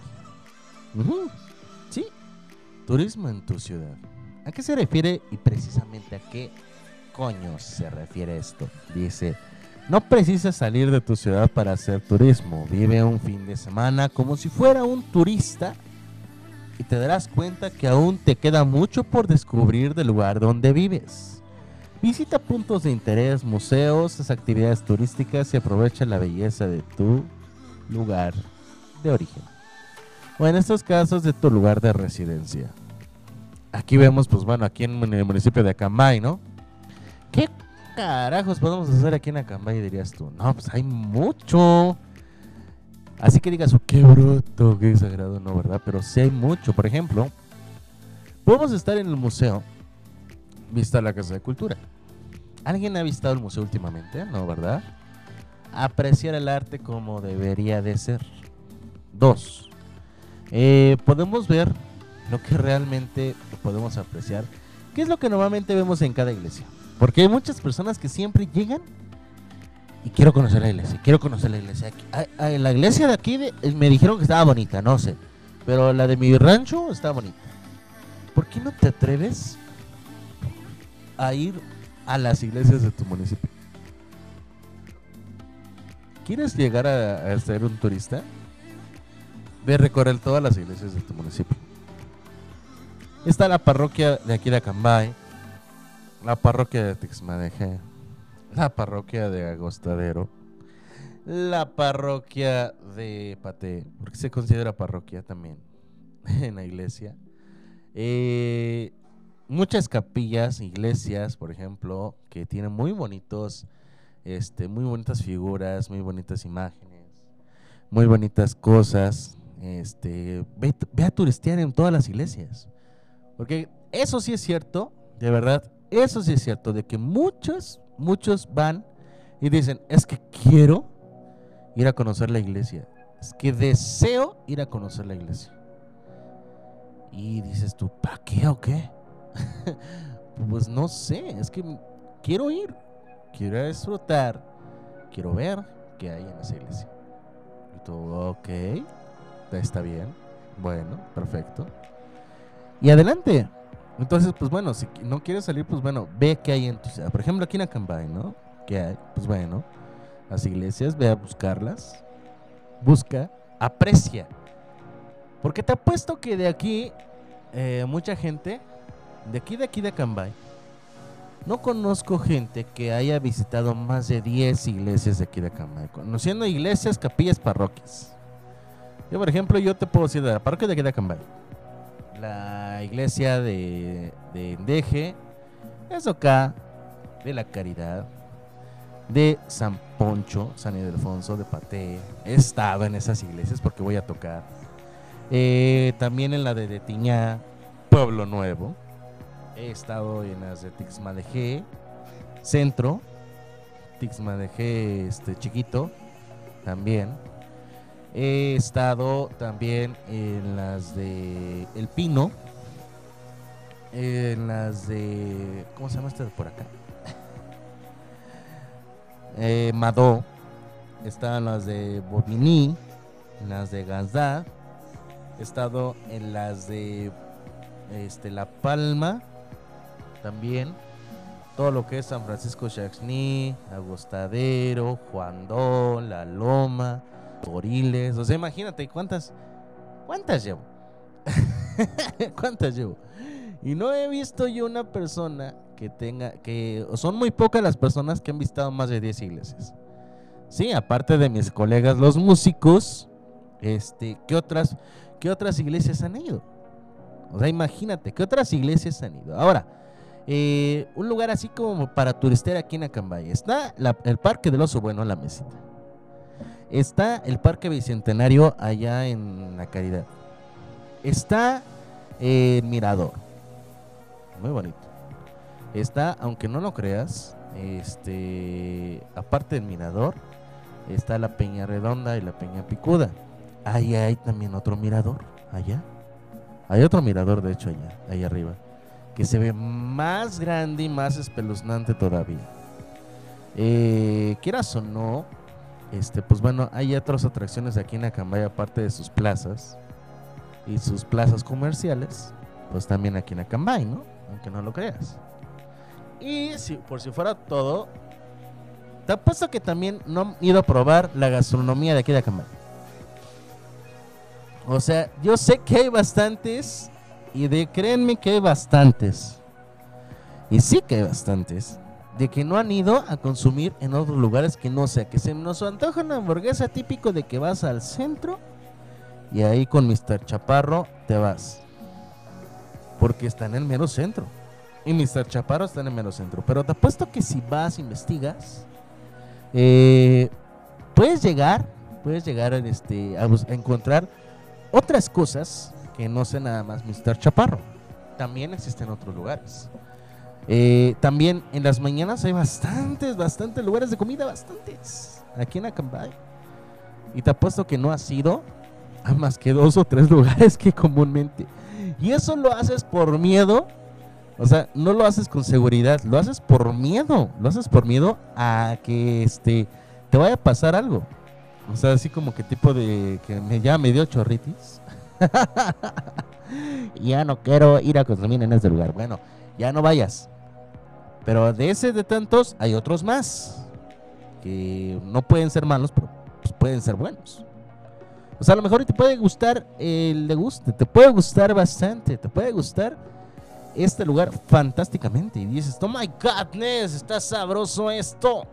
Sí, turismo en tu ciudad. ¿A qué se refiere y precisamente a qué coño se refiere esto? Dice, no precisas salir de tu ciudad para hacer turismo. Vive un fin de semana como si fuera un turista y te darás cuenta que aún te queda mucho por descubrir del lugar donde vives. Visita puntos de interés, museos, las actividades turísticas y aprovecha la belleza de tu lugar de origen. O en estos casos de tu lugar de residencia. Aquí vemos, pues bueno, aquí en el municipio de Acambay, ¿no? ¿Qué carajos podemos hacer aquí en Acambay, dirías tú? No, pues hay mucho. Así que digas, qué bruto, qué exagerado, no, ¿verdad? Pero sí hay mucho. Por ejemplo, podemos estar en el museo, vista la Casa de Cultura. ¿Alguien ha visitado el museo últimamente? No, ¿verdad? Apreciar el arte como debería de ser. 2. Podemos ver lo que realmente podemos apreciar. ¿Qué es lo que normalmente vemos en cada iglesia? Porque hay muchas personas que siempre llegan y quiero conocer la iglesia. La iglesia de aquí me dijeron que estaba bonita, no sé. Pero la de mi rancho está bonita. ¿Por qué no te atreves a ir a las iglesias de tu municipio? ¿Quieres llegar a ser un turista? Ve a recorrer todas las iglesias de tu municipio. Está la parroquia de aquí de Acambay, la parroquia de Texmadeje, la parroquia de Agostadero, la parroquia de Paté, porque se considera parroquia también en la iglesia. Muchas capillas, iglesias, por ejemplo, que tienen muy bonitas figuras, muy bonitas imágenes, muy bonitas cosas. Ve a turistear en todas las iglesias. Porque eso sí es cierto, de verdad, eso sí es cierto, de que muchos van y dicen, es que quiero ir a conocer la iglesia, es que deseo ir a conocer la iglesia. Y dices tú, ¿para qué o qué? Pues no sé, es que quiero ir, quiero disfrutar, quiero ver qué hay en esa iglesia. Y tú, ok, está bien, bueno, perfecto. Y adelante. Entonces, pues bueno, si no quieres salir, pues bueno, ve qué hay en tu ciudad. Por ejemplo, aquí en Acambay, ¿no? ¿Qué hay? Pues bueno, las iglesias, ve a buscarlas. Busca, aprecia. Porque te apuesto que de aquí, mucha gente, de aquí de Acambay, no conozco gente que haya visitado más de 10 iglesias de aquí de Acambay. Conociendo iglesias, capillas, parroquias. Yo, por ejemplo, te puedo decir de la parroquia de aquí de Acambay. La iglesia de Endeje, de Socá, de la Caridad, de San Poncho, San Ildefonso, de Paté. He estado en esas iglesias porque voy a tocar. También en la de Tiñá, Pueblo Nuevo. He estado en las de Tixmadejé Centro, Tixmadejé chiquito también. He estado también en las de El Pino, en las de, ¿cómo se llama este de por acá? Madó. Estaban las de Bobigny, en las de Gazdá. He estado en las de La Palma también. Todo lo que es San Francisco Xaxní, Agostadero, Juandó, La Loma, Toriles. O sea, imagínate cuántas llevo. ¿Cuántas llevo? Y no he visto yo una persona son muy pocas las personas que han visitado más de 10 iglesias. Sí, aparte de mis colegas los músicos, ¿qué otras iglesias han ido? O sea, imagínate, ¿qué otras iglesias han ido? Ahora, un lugar así como para turistear aquí en Acambay. Está el Parque del Oso Bueno, La Mesita. Está el Parque Bicentenario allá en La Caridad. Está el Mirador, muy bonito. Está, aunque no lo creas, aparte del Mirador, está la Peña Redonda y la Peña Picuda. Ahí hay también otro mirador, allá. Hay otro mirador, de hecho, allá arriba, que se ve más grande y más espeluznante todavía. Quieras o no, pues bueno, hay otras atracciones aquí en Acambay, aparte de sus plazas y sus plazas comerciales, pues también aquí en Acambay, ¿no? Aunque no lo creas. Y por si fuera todo, te apuesto que también no han ido a probar la gastronomía de aquí de Acambay. O sea, yo sé que hay bastantes, y créanme que hay bastantes, y sí que hay bastantes, de que no han ido a consumir en otros lugares que no sea, que se nos antoja una hamburguesa típico de que vas al centro y ahí con Mr. Chaparro te vas, porque está en el mero centro. Y Mr. Chaparro está en el mero centro. Pero te apuesto que si vas, investigas, puedes llegar a encontrar otras cosas que no sea nada más Mr. Chaparro. También existen otros lugares. También en las mañanas hay bastantes lugares de comida, bastantes, aquí en Acambay. Y te apuesto que no has ido a más que 2 o 3 lugares que comúnmente. Y eso lo haces por miedo. O sea, no lo haces con seguridad, lo haces por miedo. Lo haces por miedo a que te vaya a pasar algo. O sea, así como que tipo de que me dio chorritis. Ya no quiero ir a consumir en este lugar. Bueno, ya no vayas. Pero de tantos hay otros más que no pueden ser malos, pero pues pueden ser buenos. O sea, a lo mejor te puede gustar el deguste, te puede gustar bastante, te puede gustar este lugar fantásticamente. Y dices, oh my godness, está sabroso esto.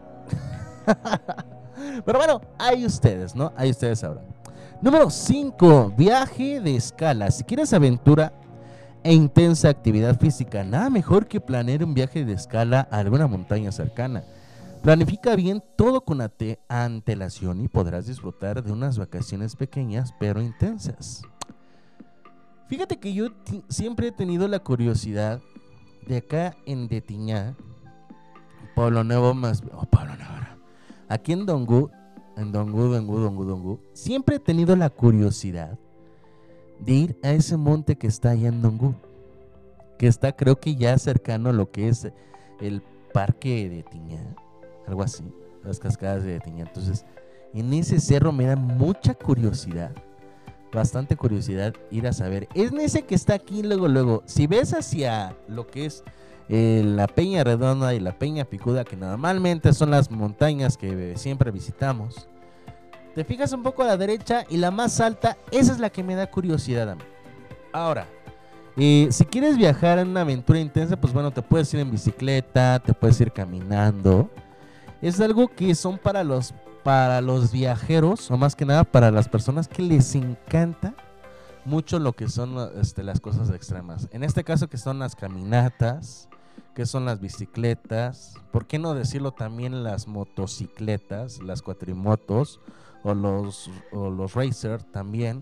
Pero bueno, ahí ustedes, ¿no? Ahí ustedes sabrán. Número 5, viaje de escala. Si quieres aventura e intensa actividad física, nada mejor que planear un viaje de escala a alguna montaña cercana. Planifica bien todo con antelación y podrás disfrutar de unas vacaciones pequeñas pero intensas. Fíjate que yo siempre he tenido la curiosidad de acá en Tiñá, Pueblo Nuevo Pueblo Nuevo, aquí en Dongú, siempre he tenido la curiosidad de ir a ese monte que está allá en Dongú, que está creo que ya cercano a lo que es el parque de Tiñá, algo así, las cascadas de Tiñá. Entonces, en ese cerro me da mucha curiosidad, bastante curiosidad ir a saber. Es en ese que está aquí luego, si ves hacia lo que es la Peña Redonda y la Peña Picuda, que normalmente son las montañas que siempre visitamos, te fijas un poco a la derecha y la más alta, esa es la que me da curiosidad a mí. Ahora, si quieres viajar en una aventura intensa, pues bueno, te puedes ir en bicicleta, te puedes ir caminando. Es algo que son para los viajeros, o más que nada para las personas que les encanta mucho lo que son las cosas extremas. En este caso, que son las caminatas, que son las bicicletas, ¿por qué no decirlo también las motocicletas, las cuatrimotos o los racer también?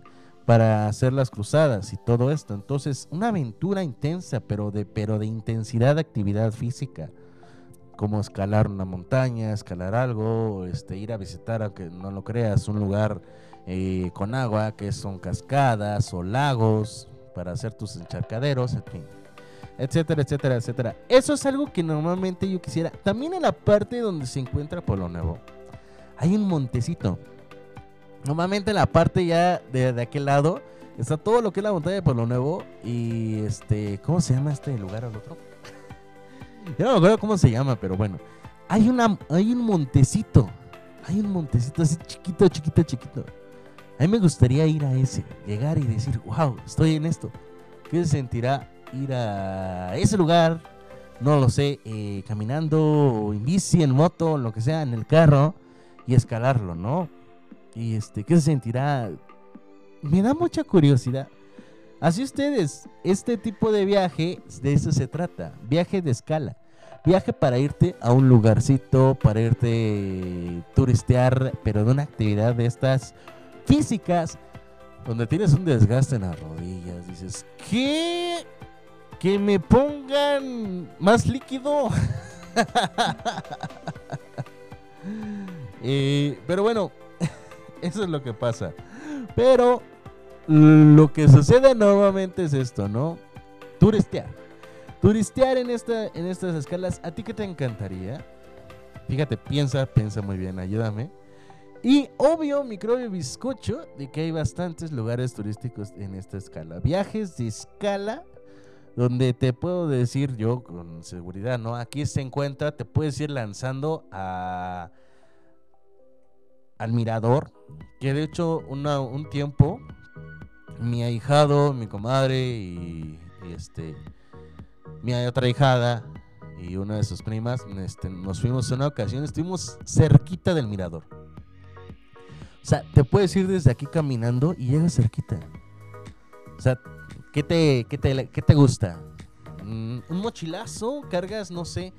para hacer las cruzadas y todo esto. Entonces, una aventura intensa, pero de intensidad de actividad física, como escalar una montaña, escalar algo, ir a visitar, aunque no lo creas, un lugar con agua, que son cascadas o lagos, para hacer tus encharcaderos, en fin, etcétera, etcétera, etcétera. Eso es algo que normalmente yo quisiera. También en la parte donde se encuentra Pueblo Nuevo, hay un montecito. Normalmente en la parte ya de aquel lado está todo lo que es la montaña de Pueblo Nuevo y ¿cómo se llama este lugar al otro? Yo no me acuerdo cómo se llama, pero bueno, hay un montecito así chiquito. A mí me gustaría ir a ese, llegar y decir, wow, estoy en esto. ¿Qué se sentirá ir a ese lugar? No lo sé, caminando, o en bici, en moto, lo que sea, en el carro, y escalarlo, ¿no? Y ¿qué se sentirá? Me da mucha curiosidad. Así ustedes, este tipo de viaje, de eso se trata, viaje de escala. Viaje para irte a un lugarcito, para irte turistear, pero de una actividad de estas físicas, donde tienes un desgaste en las rodillas. Dices, ¿qué? ¿Que me pongan más líquido? Pero bueno, eso es lo que pasa. Pero lo que sucede normalmente es esto, ¿no? Turistear en estas escalas. ¿A ti qué te encantaría? Fíjate, piensa muy bien, ayúdame. Y obvio, microbio bizcocho, de que hay bastantes lugares turísticos en esta escala. Viajes de escala, donde te puedo decir yo con seguridad, ¿no? Aquí se encuentra, te puedes ir lanzando al mirador, que de hecho un tiempo mi ahijado, mi comadre y mi otra ahijada y una de sus primas, nos fuimos en una ocasión, estuvimos cerquita del mirador. O sea, te puedes ir desde aquí caminando y llegas cerquita. O sea, ¿qué te gusta? ¿Un mochilazo? ¿Cargas, no sé,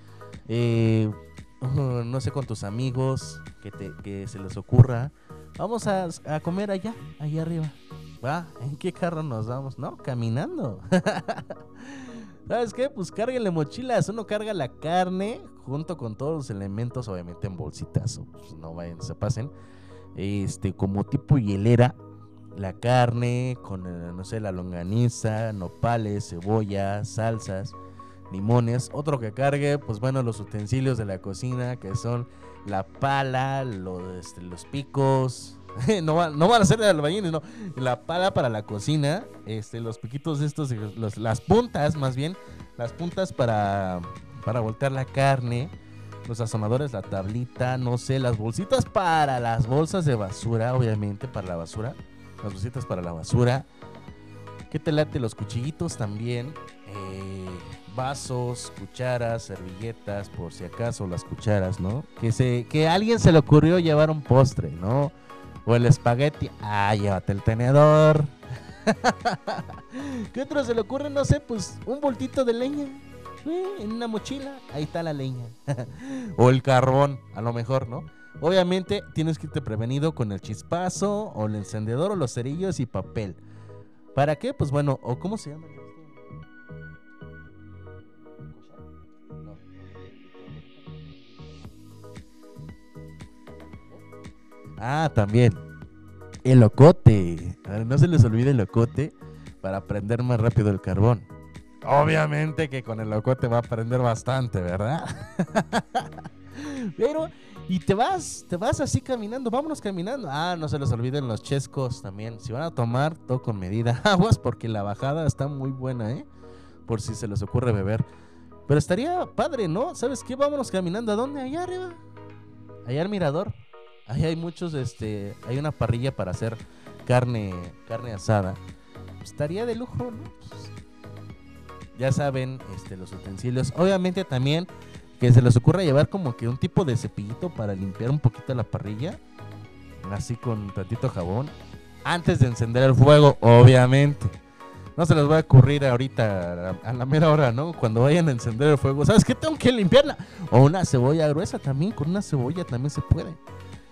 no sé, con tus amigos, que se les ocurra? Vamos a comer allá arriba. ¿Va? ¿En qué carro nos vamos? No, caminando. ¿Sabes qué? Pues cárguenle mochilas. Uno carga la carne junto con todos los elementos, obviamente en bolsitas, pues no vayan, se pasen. Como tipo hielera, la carne con, no sé, la longaniza, nopales, cebolla, salsas, limones. Otro que cargue, pues bueno, los utensilios de la cocina, que son la pala, los picos. No van a ser de albañiles, no. La pala para la cocina, los piquitos estos, las puntas, más bien, las puntas para voltear la carne, los sazonadores, la tablita, no sé, las bolsitas para las bolsas de basura, obviamente, para la basura, las bolsitas para la basura. ¿Qué te late? Los cuchillitos también, vasos, cucharas, servilletas, por si acaso las cucharas, ¿no? Que a alguien se le ocurrió llevar un postre, ¿no? O el espagueti, llévate el tenedor. ¿Qué otro se le ocurre? No sé, pues un bultito de leña, en una mochila, ahí está la leña. O el carbón, a lo mejor, ¿no? Obviamente tienes que irte prevenido con el chispazo, o el encendedor, o los cerillos y papel. ¿Para qué? Pues bueno, o ¿cómo se llama? También el locote. No se les olvide el locote para prender más rápido el carbón. Obviamente que con el locote va a prender bastante, ¿verdad? Pero, y te vas así caminando. Vámonos caminando. No se les olviden los chescos también. Si van a tomar, todo con medida. Aguas, porque la bajada está muy buena, por si se les ocurre beber. Pero estaría padre, ¿no? ¿Sabes qué? Vámonos caminando. ¿A dónde? Allá arriba. Allá al mirador. Ahí hay muchos, hay una parrilla para hacer carne asada. Pues estaría de lujo, ¿no? Pues, ya saben, los utensilios. Obviamente también que se les ocurra llevar como que un tipo de cepillito para limpiar un poquito la parrilla. Así con tantito jabón. Antes de encender el fuego, obviamente. No se les va a ocurrir ahorita a la mera hora, ¿no? Cuando vayan a encender el fuego, ¿sabes qué? Tengo que limpiarla. O una cebolla gruesa también, con una cebolla también se puede.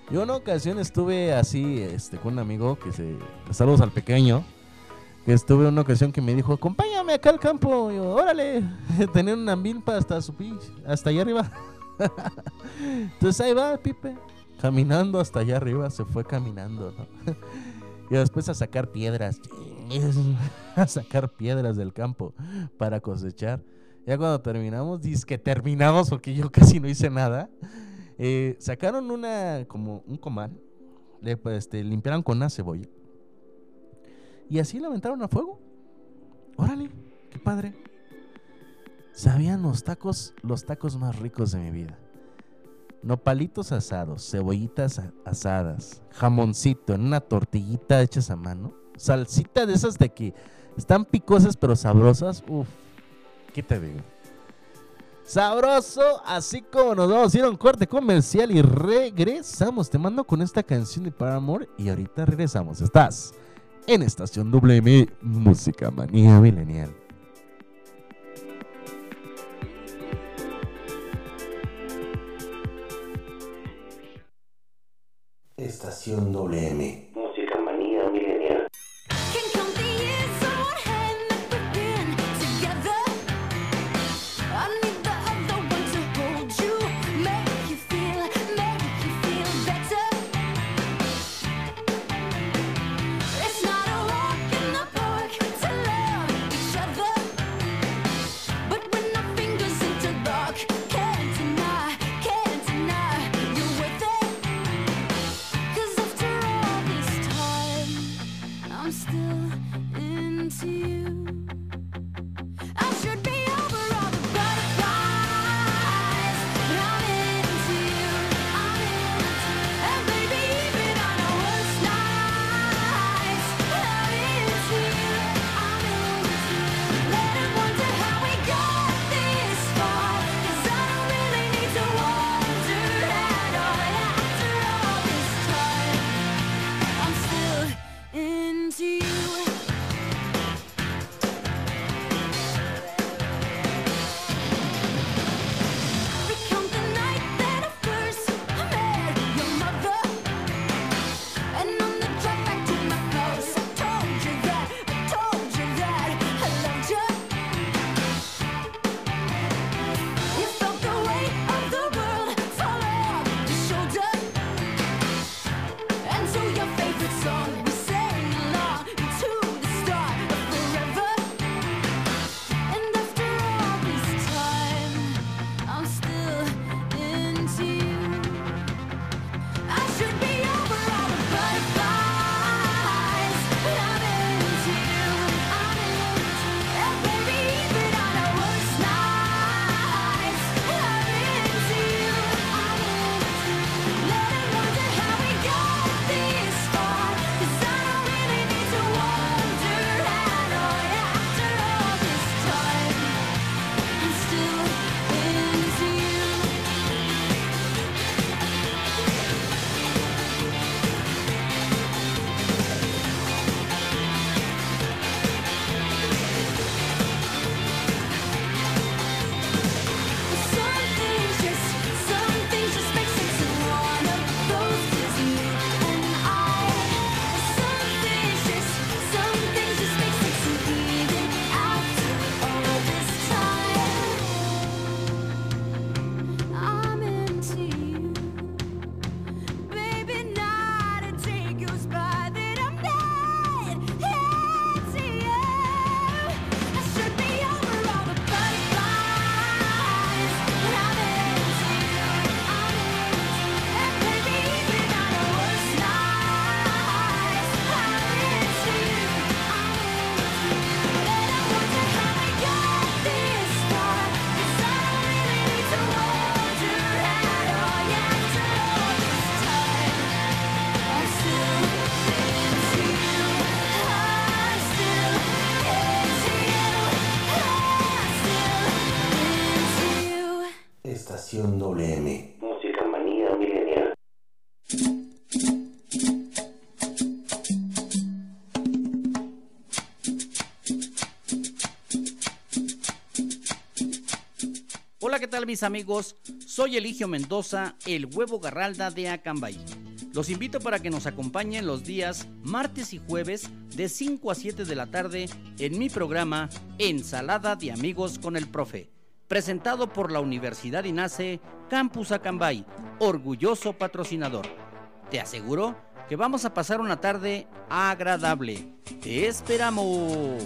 Yo en una ocasión estuve así, con un amigo saludos al pequeño, que estuve en una ocasión que me dijo, acompáñame acá al campo. Y yo, órale, tenía una milpa hasta allá arriba. Entonces ahí va Pipe, caminando hasta allá arriba, se fue caminando, ¿no? Y después a sacar piedras, a sacar piedras del campo para cosechar. Ya cuando terminamos, terminamos porque yo casi no hice nada. Sacaron como un comal, limpiaron con una cebolla y así la aventaron a fuego. Órale, qué padre. Sabían los tacos más ricos de mi vida. Nopalitos asados, cebollitas asadas, jamoncito en una tortillita hechas a mano, salsita de esas de que están picosas pero sabrosas. Uf, ¿qué te digo? Sabroso, así como nos vamos a ir a un corte comercial y regresamos. Te mando con esta canción de Paramore y ahorita regresamos. Estás en Estación WM, Música Manía Millennial. Estación WM, Música Manía Millennial. Estación WM, Música Manía Millennial. Hola, ¿qué tal mis amigos? Soy Eligio Mendoza, el Huevo Garralda de Acambay. Los invito para que nos acompañen los días martes y jueves de 5 a 7 de la tarde en mi programa Ensalada de Amigos con el Profe, presentado por la Universidad INACE Campus Acambay, orgulloso patrocinador. Te aseguro que vamos a pasar una tarde agradable. ¡Te esperamos!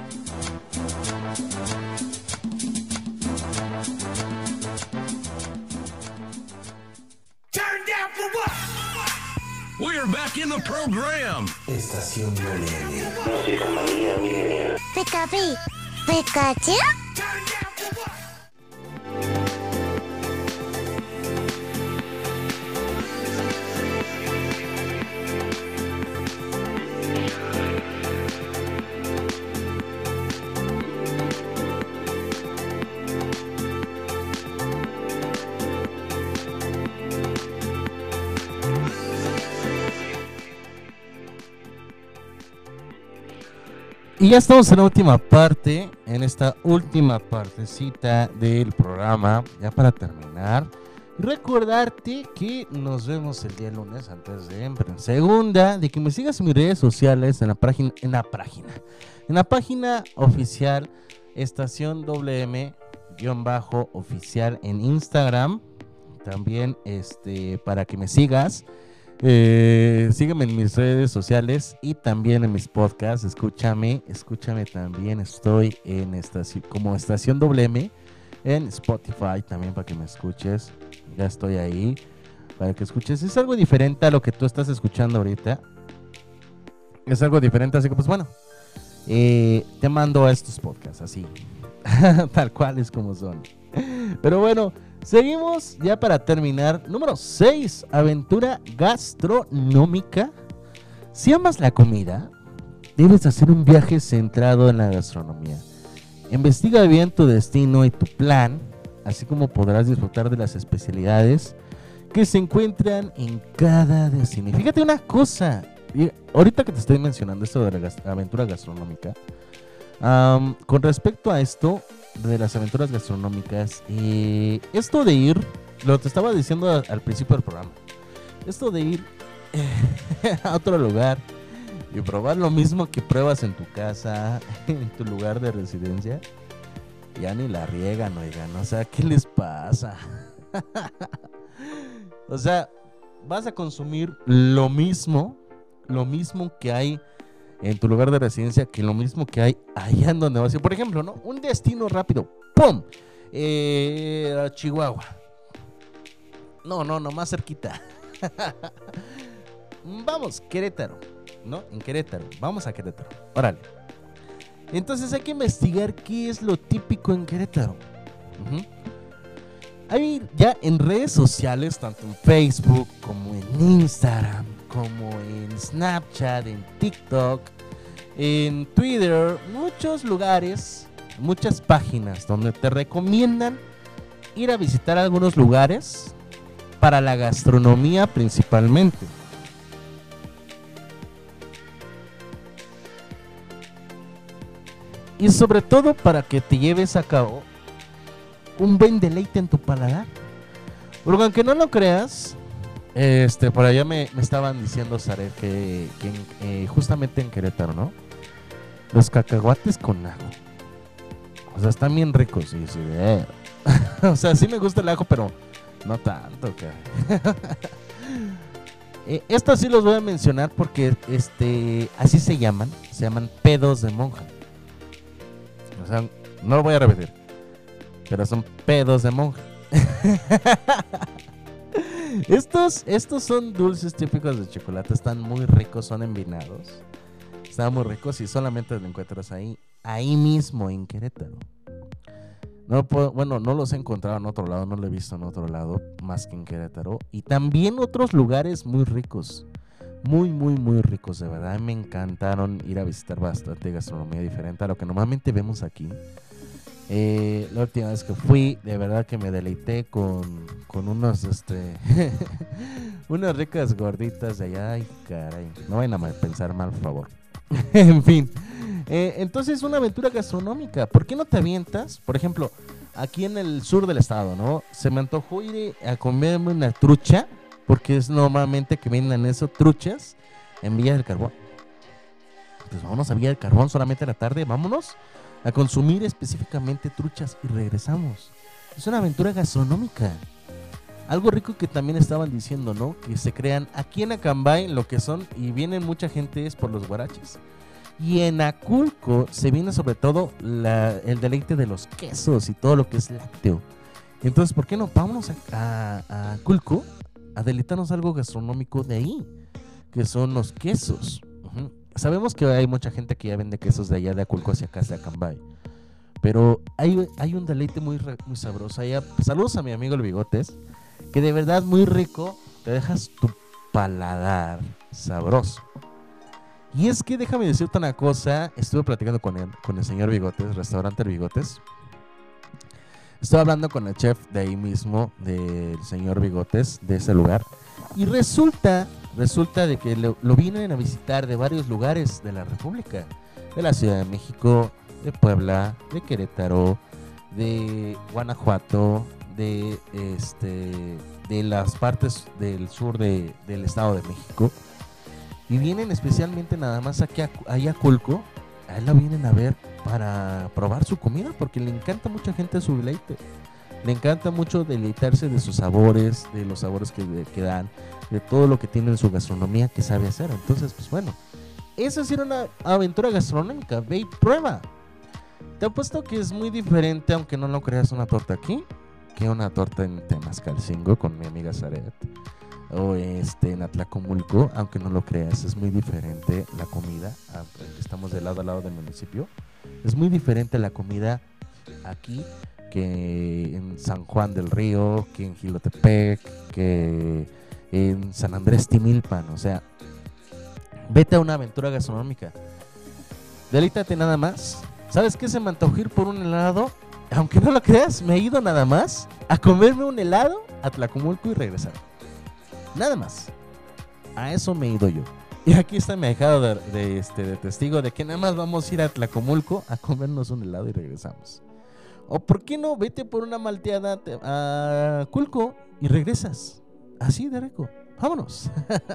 We're back in the program. Estación Millennial. Música manía millennial. Pikapi, Pikachu. Y ya estamos en la última parte, en esta última partecita del programa, ya para terminar. Recordarte que nos vemos el día lunes antes de segunda, de que me sigas en mis redes sociales, en la página oficial Estación WM-oficial en Instagram. También para que me sigas. Sígueme en mis redes sociales y también en mis podcasts. Escúchame también. Estoy en como Estación WM en Spotify también para que me escuches. Ya estoy ahí para que escuches. Es algo diferente a lo que tú estás escuchando ahorita. Es algo diferente, así que pues bueno, te mando a estos podcasts así, tal cual es como son. Pero bueno, seguimos ya para terminar. Número 6, aventura gastronómica. Si amas la comida, debes hacer un viaje centrado en la gastronomía. Investiga bien tu destino y tu plan, así como podrás disfrutar de las especialidades que se encuentran en cada destino. Y fíjate una cosa, ahorita que te estoy mencionando esto de la aventura gastronómica, con respecto a esto de las aventuras gastronómicas, esto de ir, lo te estaba diciendo al principio del programa, esto de ir a otro lugar y probar lo mismo que pruebas en tu casa, en tu lugar de residencia, ya ni la riegan, oigan, o sea, ¿qué les pasa? O sea, vas a consumir lo mismo que hay en tu lugar de residencia, que lo mismo que hay allá en donde vas a ir. Por ejemplo, ¿no? Un destino rápido, ¡pum! Chihuahua. No, más cerquita. Vamos, Querétaro, ¿no? En Querétaro, vamos a Querétaro, órale. Entonces hay que investigar qué es lo típico en Querétaro. Hay ya en redes sociales, tanto en Facebook como en Instagram, como en Snapchat, en TikTok, en Twitter, muchos lugares, muchas páginas donde te recomiendan ir a visitar algunos lugares para la gastronomía principalmente. Y sobre todo para que te lleves a cabo un buen deleite en tu paladar. Porque aunque no lo creas, por allá me estaban diciendo, Zaret, que justamente en Querétaro, ¿no? Los cacahuates con ajo, o sea, están bien ricos, sí. O sea, sí me gusta el ajo, pero no tanto, cara. Estos sí los voy a mencionar porque así se llaman pedos de monja. O sea, no lo voy a repetir, pero son pedos de monja. Estos son dulces típicos de chocolate, están muy ricos, son envinados, están muy ricos y solamente lo encuentras ahí mismo en Querétaro. No los he encontrado en otro lado, no lo he visto en otro lado más que en Querétaro. Y también otros lugares muy ricos, muy ricos, de verdad. Me encantaron ir a visitar bastante gastronomía diferente a lo que normalmente vemos aquí. La última vez que fui, de verdad que me deleité con unos unas ricas gorditas de allá. Ay, caray, no vayan a pensar mal, por favor. En fin, entonces una aventura gastronómica. ¿Por qué no te avientas? Por ejemplo, aquí en el sur del estado, ¿no? Se me antojó ir a comerme una trucha porque es normalmente que vendan eso, truchas, en Villa del Carbón. Pues vámonos a Villa del Carbón solamente a la tarde, vámonos a consumir específicamente truchas y regresamos. Es una aventura gastronómica. Algo rico que también estaban diciendo, ¿no? Que se crean aquí en Acambay lo que son, y vienen mucha gente es por los guaraches. Y en Aculco se viene sobre todo el deleite de los quesos y todo lo que es lácteo. Entonces, ¿por qué no? Vámonos a Aculco a deleitarnos algo gastronómico de ahí, que son los quesos. Uh-huh. Sabemos que hay mucha gente que ya vende quesos de allá de Aculco hacia acá, de Acambay. Pero hay un deleite muy sabroso allá. Saludos a mi amigo el Bigotes, que de verdad muy rico, te dejas tu paladar sabroso. Y es que déjame decirte una cosa, estuve platicando con el señor Bigotes, restaurante El Bigotes. Estoy hablando con el chef de ahí mismo, del señor Bigotes, de ese lugar. Y resulta de que lo vienen a visitar de varios lugares de la República. De la Ciudad de México, de Puebla, de Querétaro, de Guanajuato, de las partes del sur del Estado de México. Y vienen especialmente nada más aquí a Aculco. A él la vienen a ver para probar su comida, porque le encanta mucha gente su deleite. Le encanta mucho deleitarse de sus sabores, de los sabores que dan, de todo lo que tiene en su gastronomía que sabe hacer. Entonces, pues bueno, esa sí era una aventura gastronómica. Ve y prueba. Te apuesto que es muy diferente, aunque no lo creas, una torta aquí que una torta en Temascalcingo con mi amiga Zaret, o en Atlacomulco, aunque no lo creas. Es muy diferente la comida, aunque estamos de lado a lado del municipio. Es muy diferente la comida aquí que en San Juan del Río, que en Jilotepec, que en San Andrés Timilpan. O sea, vete a una aventura gastronómica, deleítate nada más. ¿Sabes qué? Se me antojó ir por un helado. Aunque no lo creas, me he ido nada más a comerme un helado a Tlacomulco y regresar. Nada más. A eso me he ido yo. Y aquí está mi ahijado de testigo de que nada más vamos a ir a Tlacomulco a comernos un helado y regresamos. O por qué no, vete por una malteada a Culco y regresas. Así de rico. Vámonos.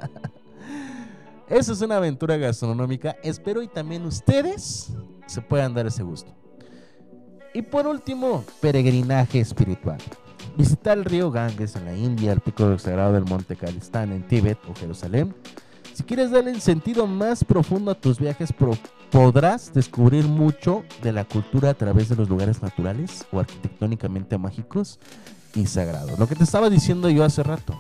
Eso es una aventura gastronómica. Espero y también ustedes se puedan dar ese gusto. Y por último, peregrinaje espiritual. Visitar el río Ganges en la India, el pico sagrado del monte Kalistán en Tíbet o Jerusalén. Si quieres darle un sentido más profundo a tus viajes, podrás descubrir mucho de la cultura a través de los lugares naturales o arquitectónicamente mágicos y sagrados. Lo que te estaba diciendo yo hace rato,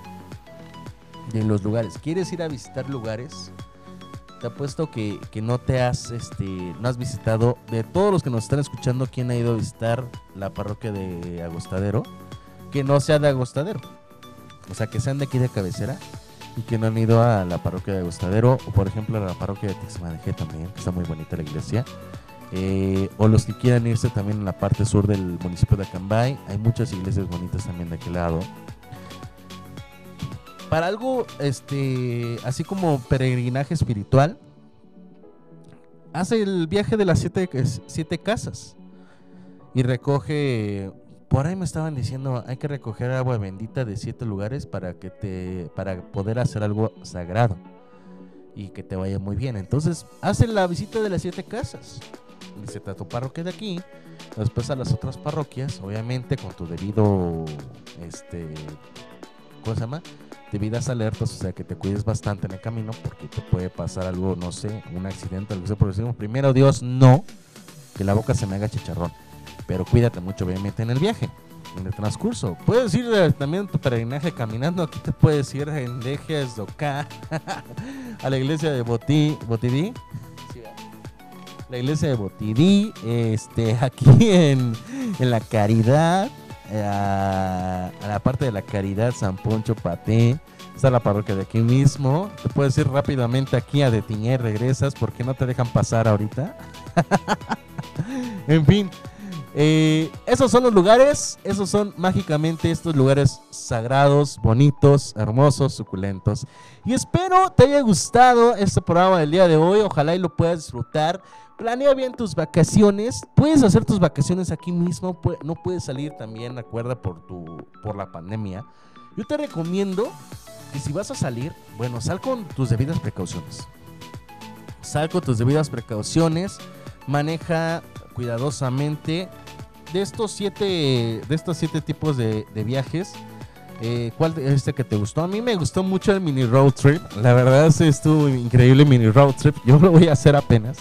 de los lugares. ¿Quieres ir a visitar lugares? Te apuesto que no has visitado, de todos los que nos están escuchando, ¿quién ha ido a visitar la parroquia de Agostadero? Que no sea de Agostadero, o sea, que sean de aquí de cabecera y que no han ido a la parroquia de Agostadero, o por ejemplo a la parroquia de Tixmanejé también, que está muy bonita la iglesia, o los que quieran irse también en la parte sur del municipio de Acambay. Hay muchas iglesias bonitas también de aquel lado. Para algo así como peregrinaje espiritual, hace el viaje de las siete casas y recoge. Por ahí me estaban diciendo, hay que recoger agua bendita de 7 lugares para poder hacer algo sagrado y que te vaya muy bien. Entonces, hace la visita de las 7 casas. Visita a tu parroquia de aquí, después a las otras parroquias, obviamente con tu debido, ¿cómo se llama? Debidas alertas, o sea, que te cuides bastante en el camino, porque te puede pasar algo, no sé, un accidente, algo así por decirlo. Primero Dios, no, que la boca se me haga chicharrón. Pero cuídate mucho, obviamente, en el viaje, en el transcurso. Puedes ir también en tu peregrinaje caminando. Aquí te puedes ir en Dejes, Docá, a la iglesia de Botidí. La iglesia de Botidí, aquí en la Caridad, a la parte de la Caridad, San Poncho Paté. Está la parroquia de aquí mismo. Te puedes ir rápidamente aquí a Detiñé, regresas, porque no te dejan pasar ahorita. En fin. Esos son los lugares, esos son mágicamente estos lugares sagrados, bonitos, hermosos, suculentos. Y espero te haya gustado este programa del día de hoy. Ojalá y lo puedas disfrutar. Planea bien tus vacaciones. Puedes hacer tus vacaciones aquí mismo. No puedes salir también, recuerda, por la pandemia. Yo te recomiendo que si vas a salir, bueno, sal con tus debidas precauciones. Sal con tus debidas precauciones, maneja cuidadosamente. De estos siete tipos de viajes, ¿cuál es este que te gustó? A mí me gustó mucho el mini road trip. La verdad estuvo increíble el mini road trip. Yo lo voy a hacer apenas.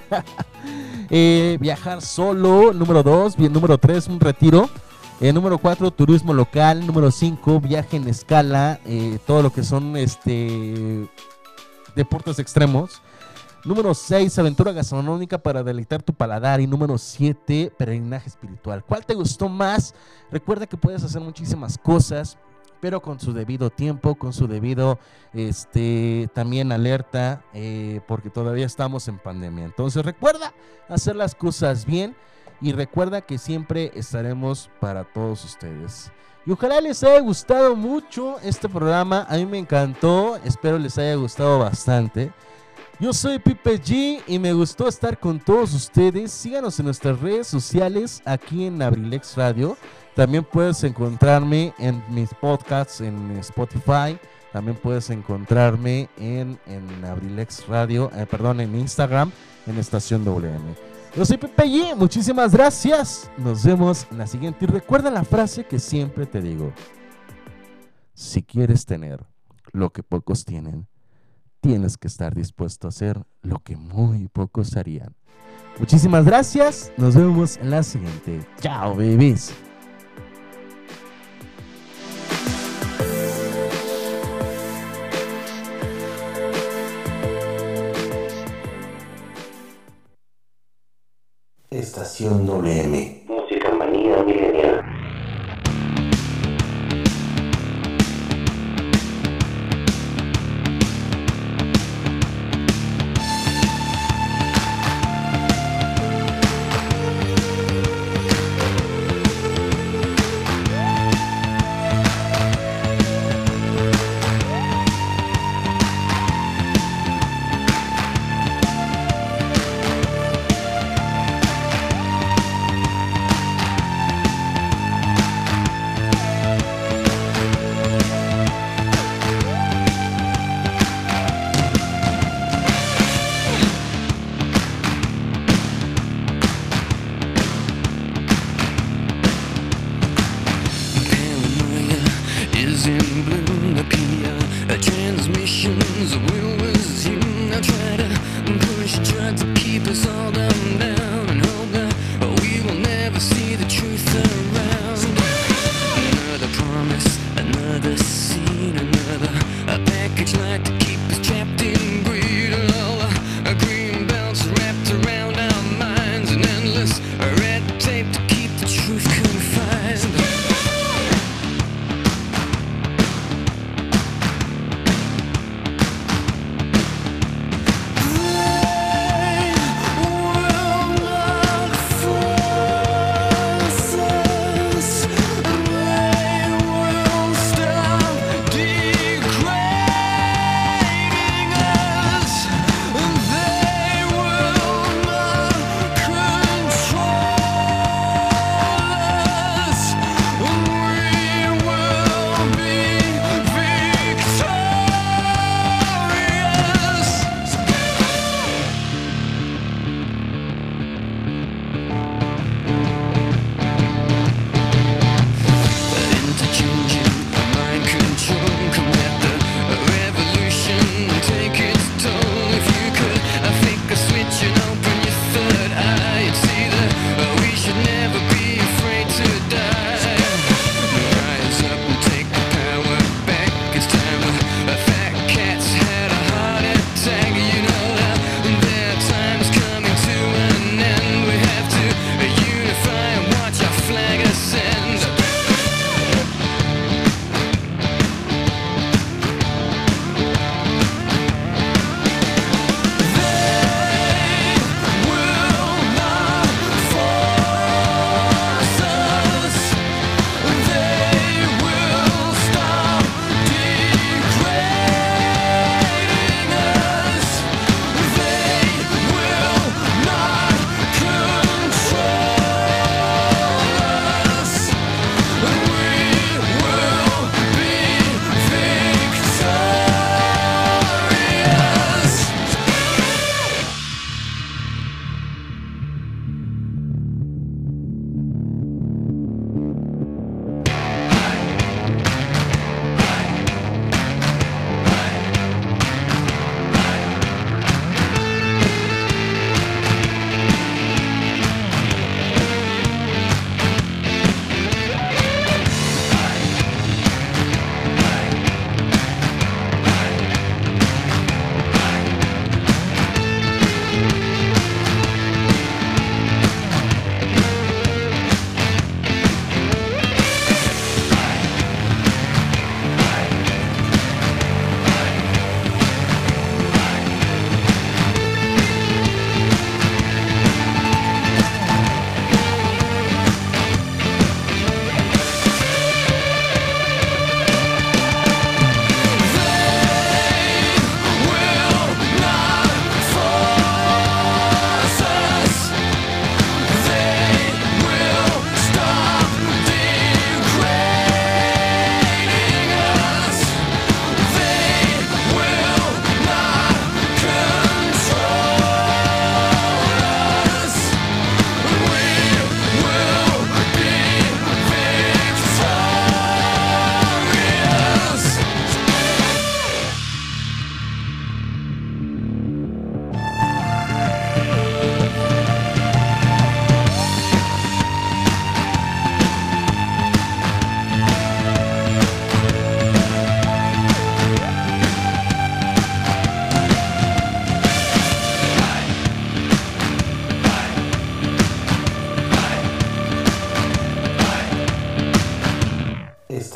Viajar solo, número 2. Número 3, un retiro. Número 4, turismo local. Número 5, viaje en escala. Todo lo que son deportes extremos. Número 6, aventura gastronómica para deleitar tu paladar. Y número 7, peregrinaje espiritual. ¿Cuál te gustó más? Recuerda que puedes hacer muchísimas cosas, pero con su debido tiempo, con su debido también alerta, porque todavía estamos en pandemia. Entonces recuerda hacer las cosas bien y recuerda que siempre estaremos para todos ustedes. Y ojalá les haya gustado mucho este programa. A mí me encantó, espero les haya gustado bastante. Yo soy Pipe G y me gustó estar con todos ustedes. Síganos en nuestras redes sociales aquí en Abrilex Radio. También puedes encontrarme en mis podcasts en Spotify. También puedes encontrarme en Abrilex Radio, en Instagram, en Estación WM. Yo soy Pipe G, muchísimas gracias. Nos vemos en la siguiente. Y recuerda la frase que siempre te digo. Si quieres tener lo que pocos tienen, tienes que estar dispuesto a hacer lo que muy pocos harían. Muchísimas gracias. Nos vemos en la siguiente. Chao, babies. Estación WM. Música manía milenial.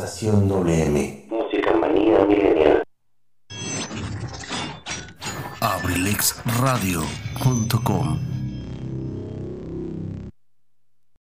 Estación WM. Música manía milenial. abrilexradio.com